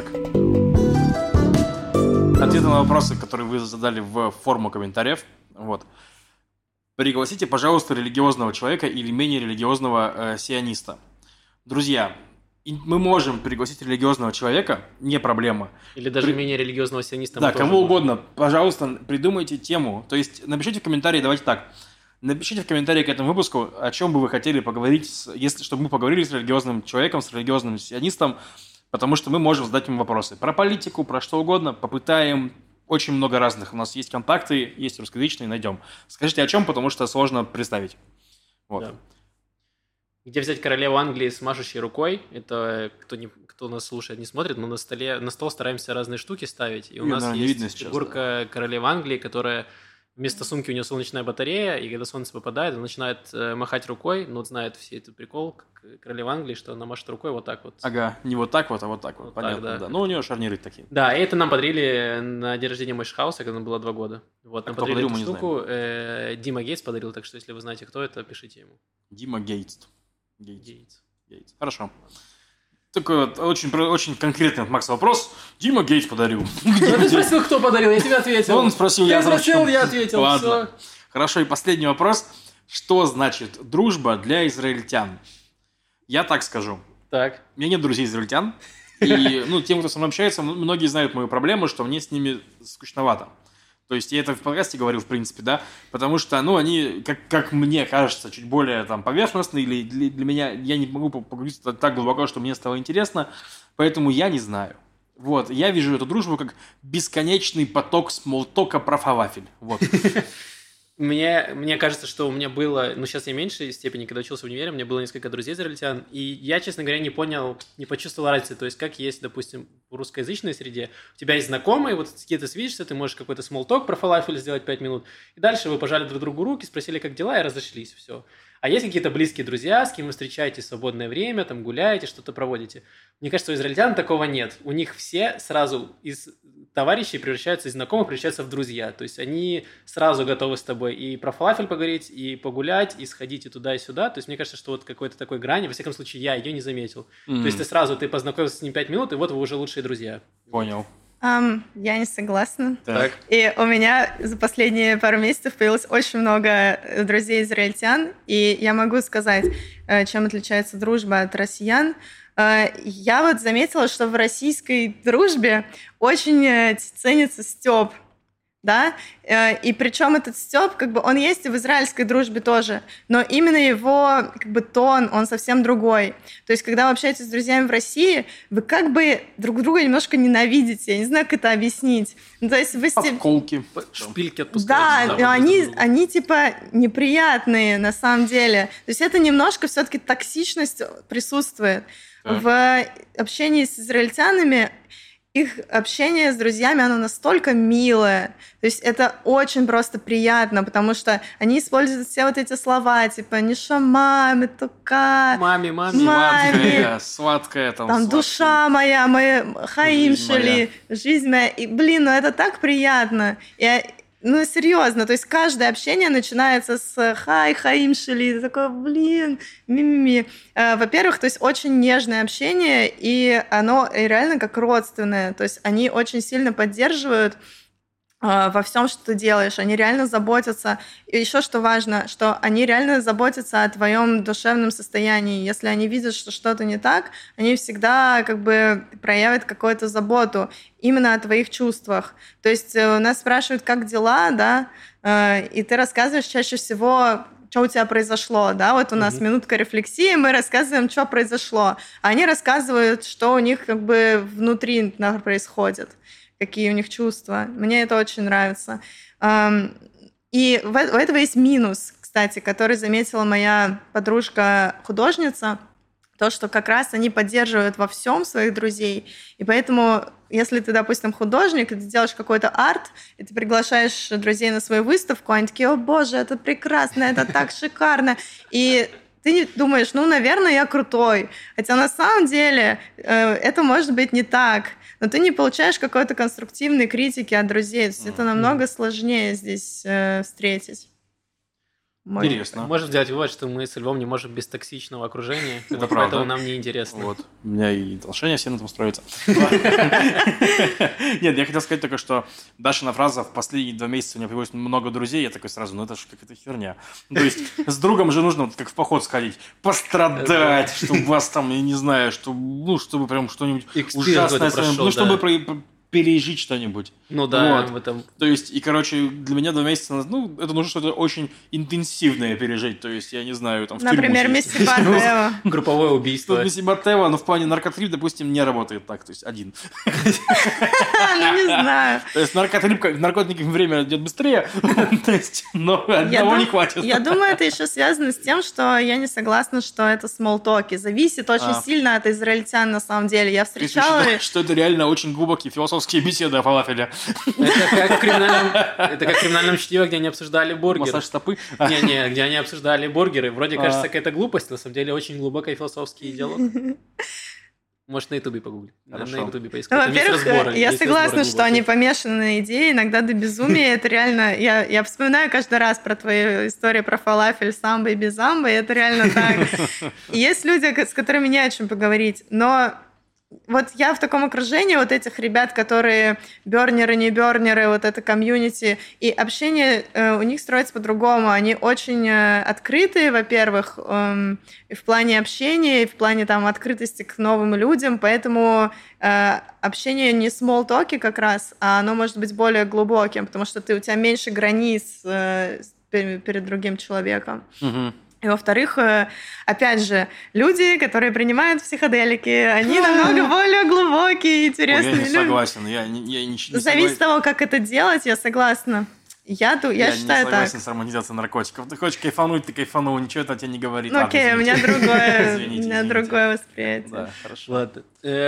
Speaker 2: Ответы на вопросы, которые вы задали в форму комментариев. Вот. Пригласите, пожалуйста, религиозного человека или менее религиозного э, сиониста. Друзья, и мы можем пригласить религиозного человека, не проблема.
Speaker 1: Или даже
Speaker 2: При-
Speaker 1: менее религиозного сиониста.
Speaker 2: Да,
Speaker 1: мы тоже
Speaker 2: кого
Speaker 1: можем.
Speaker 2: угодно, пожалуйста, придумайте тему. То есть напишите в комментарии, давайте так. Напишите в комментарии к этому выпуску, о чем бы вы хотели поговорить, с- если, чтобы мы поговорили с религиозным человеком, с религиозным сионистом, потому что мы можем задать ему вопросы про политику, про что угодно, попытаем. Очень много разных. У нас есть контакты, есть русскоязычные, найдем. Скажите, о чем, потому что сложно представить. Вот.
Speaker 1: Да. Где взять королеву Англии с машущей рукой? Это кто, не, кто нас слушает, не смотрит, но на столе на стол стараемся разные штуки ставить. И у
Speaker 2: Её,
Speaker 1: нас
Speaker 2: наверное, не
Speaker 1: есть
Speaker 2: видно сейчас,
Speaker 1: фигурка королевы Англии, которая вместо сумки у нее солнечная батарея, и когда солнце попадает, она начинает э, махать рукой. Ну, вот знает все этот прикол, как королева Англии, что она машет рукой вот так вот.
Speaker 2: Ага, не вот так вот, а вот так вот.
Speaker 1: Вот
Speaker 2: Понятно,
Speaker 1: так, да.
Speaker 2: да. Ну, у нее шарниры такие.
Speaker 1: Да, и это нам подарили на день рождения Мэйшхауса, когда нам было два года. Вот,
Speaker 2: А
Speaker 1: нам
Speaker 2: кто
Speaker 1: подарили
Speaker 2: подарил,
Speaker 1: эту
Speaker 2: мы не
Speaker 1: штуку. э, Дима Гейтс подарил, так что если вы знаете, кто это, пишите ему.
Speaker 2: Дима Гейтс. Гейтс.
Speaker 1: Гейтс.
Speaker 2: Гейтс. Хорошо. Такой вот очень, про- очень конкретный от Макса вопрос. Дима Гейтс подарил.
Speaker 1: Ну, ты спросил, кто подарил, я тебе ответил.
Speaker 2: Он спросил,
Speaker 1: Ты
Speaker 2: я
Speaker 1: спросил,
Speaker 2: замолчу.
Speaker 1: я ответил.
Speaker 2: Ладно.
Speaker 1: Всё.
Speaker 2: Хорошо, и последний вопрос. Что значит дружба для израильтян? Я так скажу.
Speaker 1: Так.
Speaker 2: У меня нет друзей израильтян. И, ну, тем, кто со мной общается, м- многие знают мою проблему, что мне с ними скучновато. То есть я это в подкасте говорил, в принципе, да, потому что, ну, они, как, как мне кажется, чуть более там поверхностные, или для, для меня, я не могу погрузиться так- так глубоко, что мне стало интересно, поэтому я не знаю. Вот, я вижу эту дружбу как бесконечный поток смолтока про фалафель. Вот.
Speaker 1: Мне, мне кажется, что у меня было, ну сейчас я в меньшей степени, когда учился в универе, у меня было несколько друзей израильтян, и я, честно говоря, не понял, не почувствовал разницы. То есть, как есть, допустим, в русскоязычной среде, у тебя есть знакомые, вот с кем ты свидишься, ты можешь какой-то смолток про фалафель сделать пять минут, и дальше вы пожали друг другу руки, спросили, как дела, и разошлись, все. А есть какие-то близкие друзья, с кем вы встречаетесь в свободное время, там гуляете, что-то проводите. Мне кажется, у израильтян такого нет. У них все сразу из товарищей превращаются, из знакомых превращаются в друзья. То есть они сразу готовы с тобой и про фалафель поговорить, и погулять, и сходить и туда, и сюда. То есть мне кажется, что вот какой-то такой грани, во всяком случае, я ее не заметил.
Speaker 2: М,
Speaker 1: То есть ты сразу, ты познакомился с ним пять минут, и вот вы уже лучшие друзья.
Speaker 2: Понял.
Speaker 3: Ам, я не согласна.
Speaker 2: Так.
Speaker 3: И у меня за последние пару месяцев появилось очень много э, друзей-израильтян, и я могу сказать, э, чем отличается дружба от россиян. Э, Я вот заметила, что в российской дружбе очень э, ценится стёб, да, Э, и причем этот стёб, как бы, он есть и в израильской дружбе тоже, но именно его, как бы, тон, он совсем другой. То есть, когда вы общаетесь с друзьями в России, вы как бы друг друга немножко ненавидите, я не знаю, как это объяснить. Ну, то есть вы с тем-
Speaker 2: Подколки.
Speaker 1: Шпильки
Speaker 3: да,
Speaker 1: отпускают.
Speaker 3: но они, они типа неприятные на самом деле. То есть это немножко все-таки токсичность присутствует.
Speaker 2: Так.
Speaker 3: В общении с израильтянами их общение с друзьями, оно настолько милое. То есть это очень просто приятно, потому что они используют все вот эти слова, типа «нишама», «метука»,
Speaker 1: Маме, маме.
Speaker 3: Маме.
Speaker 2: Сладкая, сладкая там.
Speaker 3: там
Speaker 2: сладкая.
Speaker 3: «душа моя», мы «хаим
Speaker 2: Жизнь моя.
Speaker 3: шели», «жизнь моя». И, блин, ну это так приятно. И, ну, серьезно, то есть каждое общение начинается с «хай, хаим шели», ты такой, блин, ми-ми-ми. Э, Во-первых, то есть очень нежное общение, и оно реально как родственное, то есть они очень сильно поддерживают э, во всем, что ты делаешь, они реально заботятся. И еще что важно, что они реально заботятся о твоем душевном состоянии. Если они видят, что что-то не так, они всегда как бы проявят какую-то заботу именно о твоих чувствах. То есть э, нас спрашивают, как дела, да, э, и ты рассказываешь чаще всего, что у тебя произошло, да, вот у нас
Speaker 1: Мгм.
Speaker 3: минутка рефлексии, мы рассказываем, что произошло, а они рассказывают, что у них как бы внутри на- происходит, какие у них чувства. Мне это очень нравится. Ам, И в э- у этого есть минус, кстати, который заметила моя подружка-художница, то, что как раз они поддерживают во всем своих друзей, и поэтому, если ты, допустим, художник, и ты делаешь какой-то арт, и ты приглашаешь друзей на свою выставку, они такие: «О боже, это прекрасно, это так шикарно», и ты думаешь, ну, наверное, я крутой. Хотя на самом деле э, это может быть не так. Но ты не получаешь какой-то конструктивной критики от друзей. То есть mm-hmm. это намного сложнее здесь э, встретить.
Speaker 2: Интересно.
Speaker 1: Можно сделать вывод, что мы с Львом не можем без токсичного окружения,
Speaker 2: это
Speaker 1: вот
Speaker 2: правда.
Speaker 1: Поэтому нам не интересно.
Speaker 2: Вот. У меня и отношения все на этом строятся. Нет, я хотел сказать только, что Дашина фраза «в последние два месяца у меня появилось много друзей», я такой сразу, ну это же какая-то херня. То есть с другом же нужно как в поход сходить, пострадать, чтобы вас там, я не знаю, ну, чтобы прям что-нибудь ужасное, ну, чтобы пережить что-нибудь.
Speaker 1: Ну да,
Speaker 2: вот.
Speaker 1: в этом...
Speaker 2: То есть, и, короче, для меня два месяца, ну, это нужно что-то очень интенсивное пережить. То есть, я не знаю, там в
Speaker 3: Например, Миссиба Тева.
Speaker 1: Групповое убийство.
Speaker 2: Тут Миссиба Тева, но в плане наркотрип, допустим, не работает так. То есть, один.
Speaker 3: Ну, не знаю.
Speaker 2: То есть, наркотрип, наркотики время идет быстрее, то есть, но одного не хватит.
Speaker 3: Я думаю, это еще связано с тем, что я не согласна, что это смолтоки. Зависит очень сильно от израильтян, на самом деле. Я встречала...
Speaker 2: Что это реально очень глубокие философские беседы о фалафеле.
Speaker 1: Это как в криминальном, это как в криминальном чтиве, где они обсуждали бургеры.
Speaker 2: Массаж стопы?
Speaker 1: Не-не, где они обсуждали бургеры. Вроде кажется, какая-то глупость, на самом деле очень глубокий философский диалог. Может, на Ютубе погуглить. На Ютубе поискать.
Speaker 3: Ну, во-первых, я согласна, что они помешаны на идее, иногда до безумия. Это реально... Я, я вспоминаю каждый раз про твою историю про фалафель, самбо и безамбо, и это реально так. И есть люди, с которыми не о чем поговорить, но... Вот я в таком окружении вот этих ребят, которые бернеры, не бернеры, вот это комьюнити, и общение э, у них строится по-другому. Они очень э, открытые, во-первых, э, и в плане общения, и в плане там открытости к новым людям, поэтому э, общение не small-talky как раз, а оно может быть более глубоким, потому что ты, у тебя меньше границ э, перед, перед другим человеком.
Speaker 2: Угу.
Speaker 3: И, во-вторых, опять же, люди, которые принимают психоделики, они намного более глубокие и интересные.
Speaker 2: Ой, я не согласен. Я не, я не, не
Speaker 3: Зависит от того, как это делать, я согласна. Я, я, я считаю так.
Speaker 2: Я не согласен так. с романтизацией наркотиков. Ты хочешь кайфануть, ты кайфанул, ничего это тебе не говорит.
Speaker 3: Ну окей, у меня другое, у меня другое восприятие.
Speaker 2: Да, хорошо.
Speaker 1: Ладно.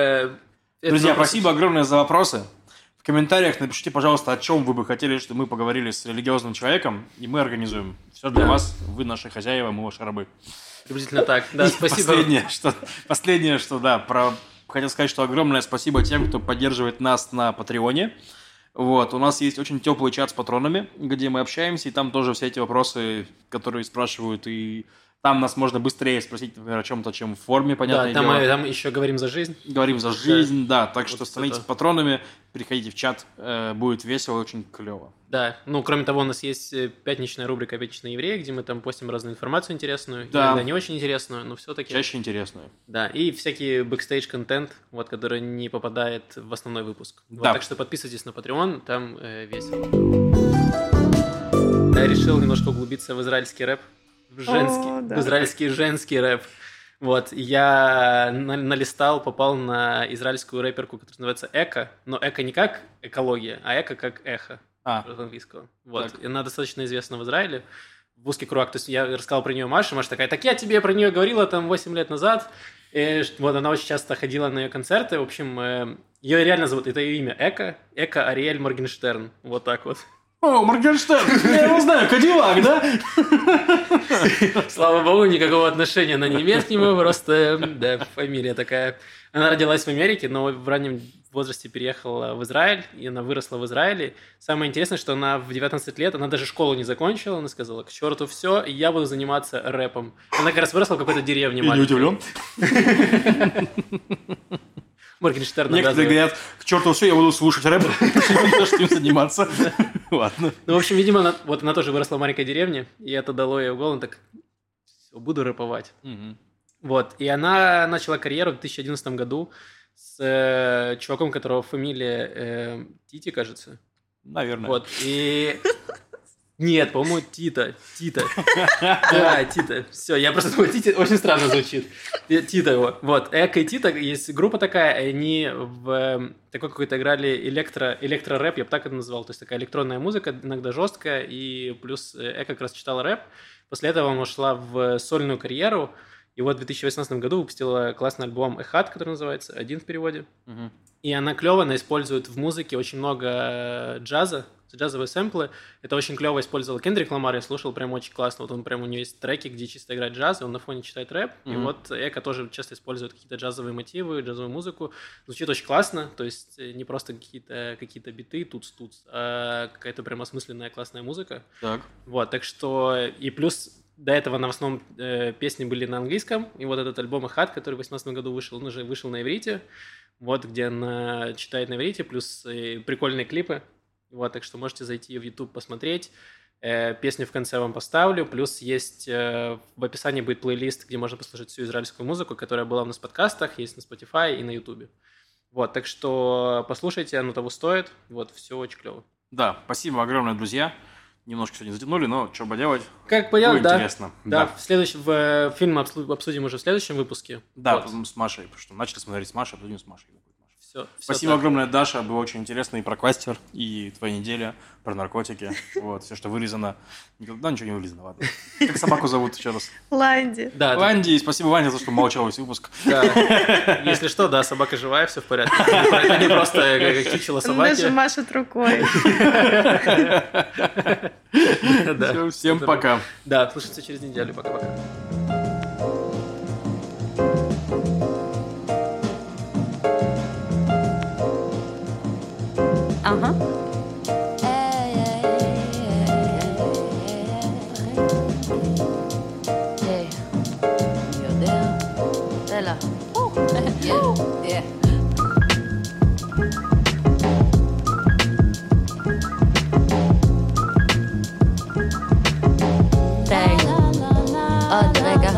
Speaker 2: Друзья, спасибо огромное за вопросы. В комментариях напишите, пожалуйста, о чем вы бы хотели, чтобы мы поговорили с религиозным человеком, и мы организуем. Все для да. вас, вы наши хозяева, мы ваши рабы.
Speaker 1: Приблизительно так. Да,
Speaker 2: и
Speaker 1: спасибо.
Speaker 2: Последнее, что, последнее, что да, про... хотел сказать, что огромное спасибо тем, кто поддерживает нас на Патреоне. Вот, у нас есть очень теплый чат с патронами, где мы общаемся, и там тоже все эти вопросы, которые спрашивают, и там нас можно быстрее спросить, например, о чем-то, чем в форме, понятное
Speaker 1: да, там
Speaker 2: дело.
Speaker 1: мы там еще говорим за жизнь.
Speaker 2: Говорим за жизнь, да, да так вот что становитесь
Speaker 1: это...
Speaker 2: патронами, переходите в чат, э, будет весело, очень клево.
Speaker 1: Да, ну, кроме того, у нас есть пятничная рубрика «Пятничные евреи», где мы там постим разную информацию интересную,
Speaker 2: да.
Speaker 1: иногда не очень интересную, но все-таки...
Speaker 2: Чаще интересную.
Speaker 1: Да, и всякий бэкстейдж-контент, вот, который не попадает в основной выпуск. Вот,
Speaker 2: да.
Speaker 1: Так что подписывайтесь на Patreon, там э, весело. Я решил немножко углубиться в израильский рэп, в женский, О, да. в израильский женский рэп. Вот, я налистал, попал на израильскую рэперку, которая называется Эко, но Эко не как экология, а Эко как эхо. А. Английского. Вот. И она достаточно известна в Израиле, в узких кругах. То есть я рассказал про нее Маше, Маша такая, так я тебе про нее говорила там восемь лет назад. И вот она очень часто ходила на ее концерты. В общем, ее реально зовут, это ее имя Эко, Эко Ариэль Моргенштерн. Вот так вот.
Speaker 2: О, Моргенштерн, я его знаю, Кадиллак, да?
Speaker 1: Слава богу, никакого отношения она не имеет к нему, просто, да, фамилия такая. Она родилась в Америке, но в раннем возрасте переехала в Израиль, и она выросла в Израиле. Самое интересное, что она в девятнадцать лет, она даже школу не закончила, она сказала, к черту все, и я буду заниматься рэпом. Она как раз выросла в какой-то деревне маленькой.
Speaker 2: Я не удивлен.
Speaker 1: Моргенштерн.
Speaker 2: Некоторые говорят, к черту все, я буду слушать рэп, что им заниматься. Ладно.
Speaker 1: Ну, в общем, видимо, она, вот она тоже выросла в маленькой деревне, и это дало ей в голову, так, буду рэповать.
Speaker 2: Угу.
Speaker 1: Вот, и она начала карьеру в две тысячи одиннадцатом году с э, чуваком, у которого фамилия э, Тити, кажется.
Speaker 2: Наверное.
Speaker 1: Вот, и... Нет, по-моему, Тита. Тита. Да, Тита. Все, я просто думаю, Тита очень странно звучит. Тита его. Вот. Эко и Тита, есть группа такая, они в такой какой-то играли электро, электро-рэп, я бы так это назвал. То есть такая электронная музыка, иногда жесткая, и плюс Эко как раз читала рэп. После этого она ушла в сольную карьеру, и вот в две тысячи восемнадцатом году выпустила классный альбом «Эхат», который называется, один в переводе.
Speaker 2: Угу.
Speaker 1: И она клево, она использует в музыке очень много джаза, джазовые сэмплы. Это очень клево использовал Кендрик Ламар, я слушал, прям очень классно. Вот он прям, у него есть треки, где чисто играет джаз, и он на фоне читает рэп. Mm-hmm. И вот Эко тоже часто использует какие-то джазовые мотивы, джазовую музыку. Звучит очень классно, то есть не просто какие-то, какие-то биты, туц-туц, а какая-то прям осмысленная классная музыка.
Speaker 2: Так.
Speaker 1: Вот, так что... И плюс... До этого на основном э, песни были на английском, и вот этот альбом «Ахат», который в восемнадцатом году вышел, он уже вышел на иврите, вот, где она читает на иврите, плюс э, прикольные клипы, вот, так что можете зайти в YouTube посмотреть, э, песню в конце вам поставлю, плюс есть э, в описании будет плейлист, где можно послушать всю израильскую музыку, которая была у нас в подкастах, есть на Spotify и на YouTube. Вот, так что послушайте, оно того стоит, вот, все очень клево.
Speaker 2: Да, спасибо огромное, друзья. Немножко сегодня затянули, но что поделать.
Speaker 1: Как поделать, да.
Speaker 2: Интересно.
Speaker 1: Да,
Speaker 2: да.
Speaker 1: В следующем, в, фильм обсудим уже в следующем выпуске.
Speaker 2: Да,
Speaker 1: вот.
Speaker 2: С Машей, потому что начали смотреть с Машей, обсудим с Машей.
Speaker 1: Все,
Speaker 2: Спасибо
Speaker 1: все
Speaker 2: огромное, Даша, было очень интересно и про квастер, и твоя неделя, про наркотики, вот, все, что вырезано. Никогда ничего не вырезано, ладно. Как собаку зовут еще раз?
Speaker 3: Ланди.
Speaker 1: Да,
Speaker 2: Ланди, спасибо, Ваня, за то, что молчал весь выпуск.
Speaker 1: Да. Если что, да, собака живая, все в порядке. Это не просто как чучело собаки.
Speaker 3: Он даже машет рукой.
Speaker 2: Всем пока.
Speaker 1: Да, слушайте через неделю. Пока-пока.
Speaker 4: Ага. עוד רגע.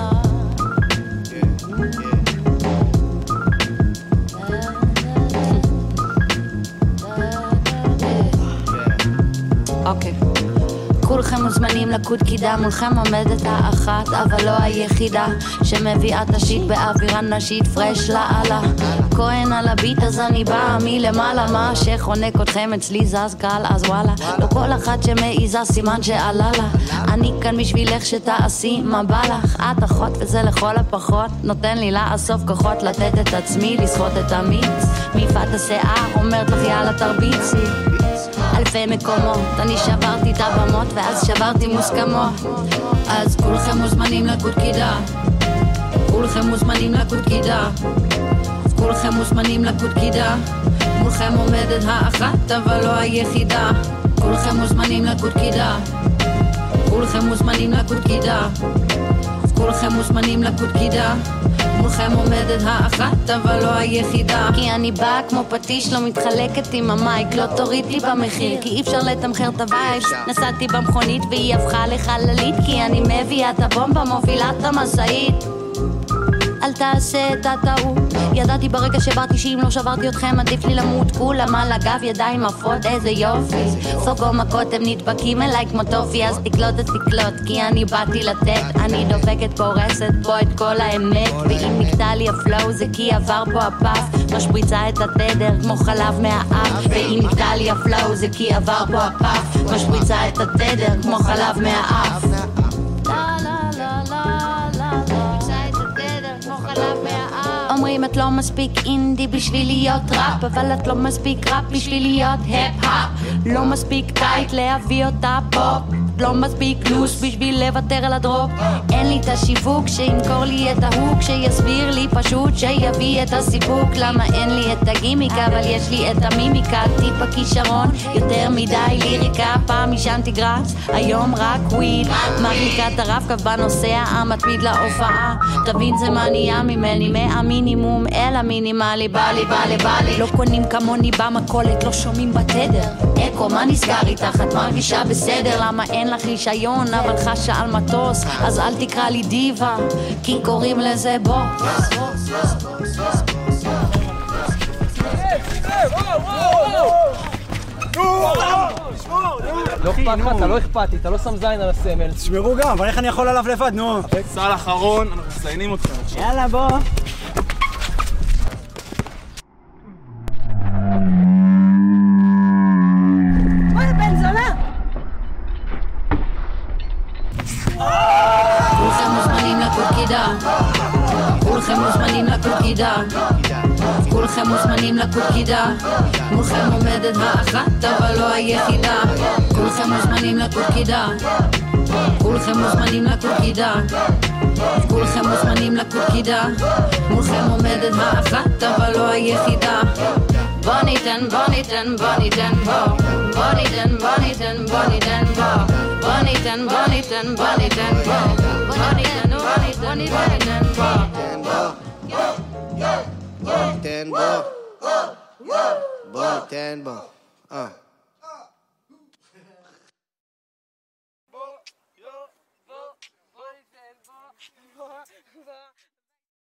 Speaker 4: אוקיי. כולכם מוזמנים לקוד קידה, מולכם עומדת האחת, אבל לא היחידה, שמביאה תשית באווירה נשית, פרש לאללה. כהן על הביט, אז אני באה מלמעלה, מה שחונק אתכם אצלי זז קל, אז וואלה. לא כל אחת שמעיזה סימן שעלה לה, אני כאן בשבילך שתעשי מה בא לך. את אחות וזה לכל הפחות, נותן לי לאסוף כוחות, לתת את עצמי, לסחוט את המיץ. מיפת השיער אומרת לך יאללה תרביצי. אלפי מקומות, אני שברתי את הבמות ואז שברתי מוסכמות. אז כולכם מוזמנים לקוד קידה, כולכם מוזמנים לקוד קידה, כולכם מוזמנים לקוד קידה. מולכם עומדת האחת אבל לא היחידה, כולכם מוזמנים לקוד קידה, כולכם מוזמנים לקוד קידה, כולכם מוזמנים לקוד קידה. מולכם עומדת האחת אבל לא היחידה, כי אני באה כמו פטיש, לא מתחלקת עם המייק, לא תוריד לי במחיר כי אי אפשר לתמחר את הווייבס. נסעתי במכונית והיא הפכה לחללית, כי אני מביאה את הבומבה, מובילה את המשאית. אל תעשה את הטעות, ידעתי ברגע שבאתי שאם לא שברתי אתכם עדיף לי למות. כולם על הגב ידיים עפות, איזה יופי, סוגו מכות הם נדבקים אליי כמו טופי, אז תקלוט את תקלוט כי אני באתי לתת. אני דופקת פורסת פה את כל האמת, ואם נקטע לי הפלואו זה כי עבר פה הפף, משפריצה את התדר כמו חלב מהאף. ואם נקטע לי הפלואו זה כי עבר פה הפף, משפריצה את התדר כמו חלב מהאף. אומרים את לא מספיק אינדי בשביל להיות ראפ, אבל את לא מספיק ראפ בשביל להיות הפ-הפ. לא מספיק טייט להביא אותה פופ, לא מספיק לוס בשביל לוותר על הדרופ. אין לי את השיווק שימכור לי את ההוק, שיסביר לי פשוט שיביא את הסיפוק. למה אין לי את הגימיק אבל יש לי את המימיקה, טיפה כישרון יותר מדי ליריקה. פעם ישנתי גרס, היום רק וויד, מחליקת הרב-קו בנוסע המתמיד להופעה. תבין זה מה נהיה ממני, מהמינימום אל המינימלי. בא לי, בא לי, בא לי, לא קונים כמוני במכולת, לא שומעים בתדר. אקו, מה נסגר איתך? את מרגישה בסדר? למה אין לך רישיון אבל חשה על מטוס? אז אל תקרא לי דיבה כי קוראים לזה בוס.
Speaker 5: לא אכפת לך, אתה לא אכפתי, אתה לא שם זין על הסמל.
Speaker 6: תשמרו גם, אבל איך אני יכול עליו לבד, נו?
Speaker 5: סל אחרון, אנחנו מסיינים אתכם עכשיו.
Speaker 6: יאללה, בוא.
Speaker 4: אוי, בן זונה! כולכם מוזמנים לקוד קידה, כולכם מוזמנים לקוד קידה, כולכם מוזמנים לקוד קידה, מולכם עומדת האחת אבל לא היחידה, כולכם מוזמנים לקוד קידה, כולכם מוזמנים לקוד קידה, כולכם מוזמנים לקוד קידה, מולכם עומדת האחת אבל לא היחידה. בוא ניתן, בוא ניתן, בוא ניתן בוא, בוא ניתן, בוא ניתן, בוא ניתן בוא, בוא ניתן, בוא ניתן, בוא ניתן בוא, בוא ניתן, בוא ניתן, בוא ניתן בוא.
Speaker 7: תן בוא, בוא ניתן בוא, אה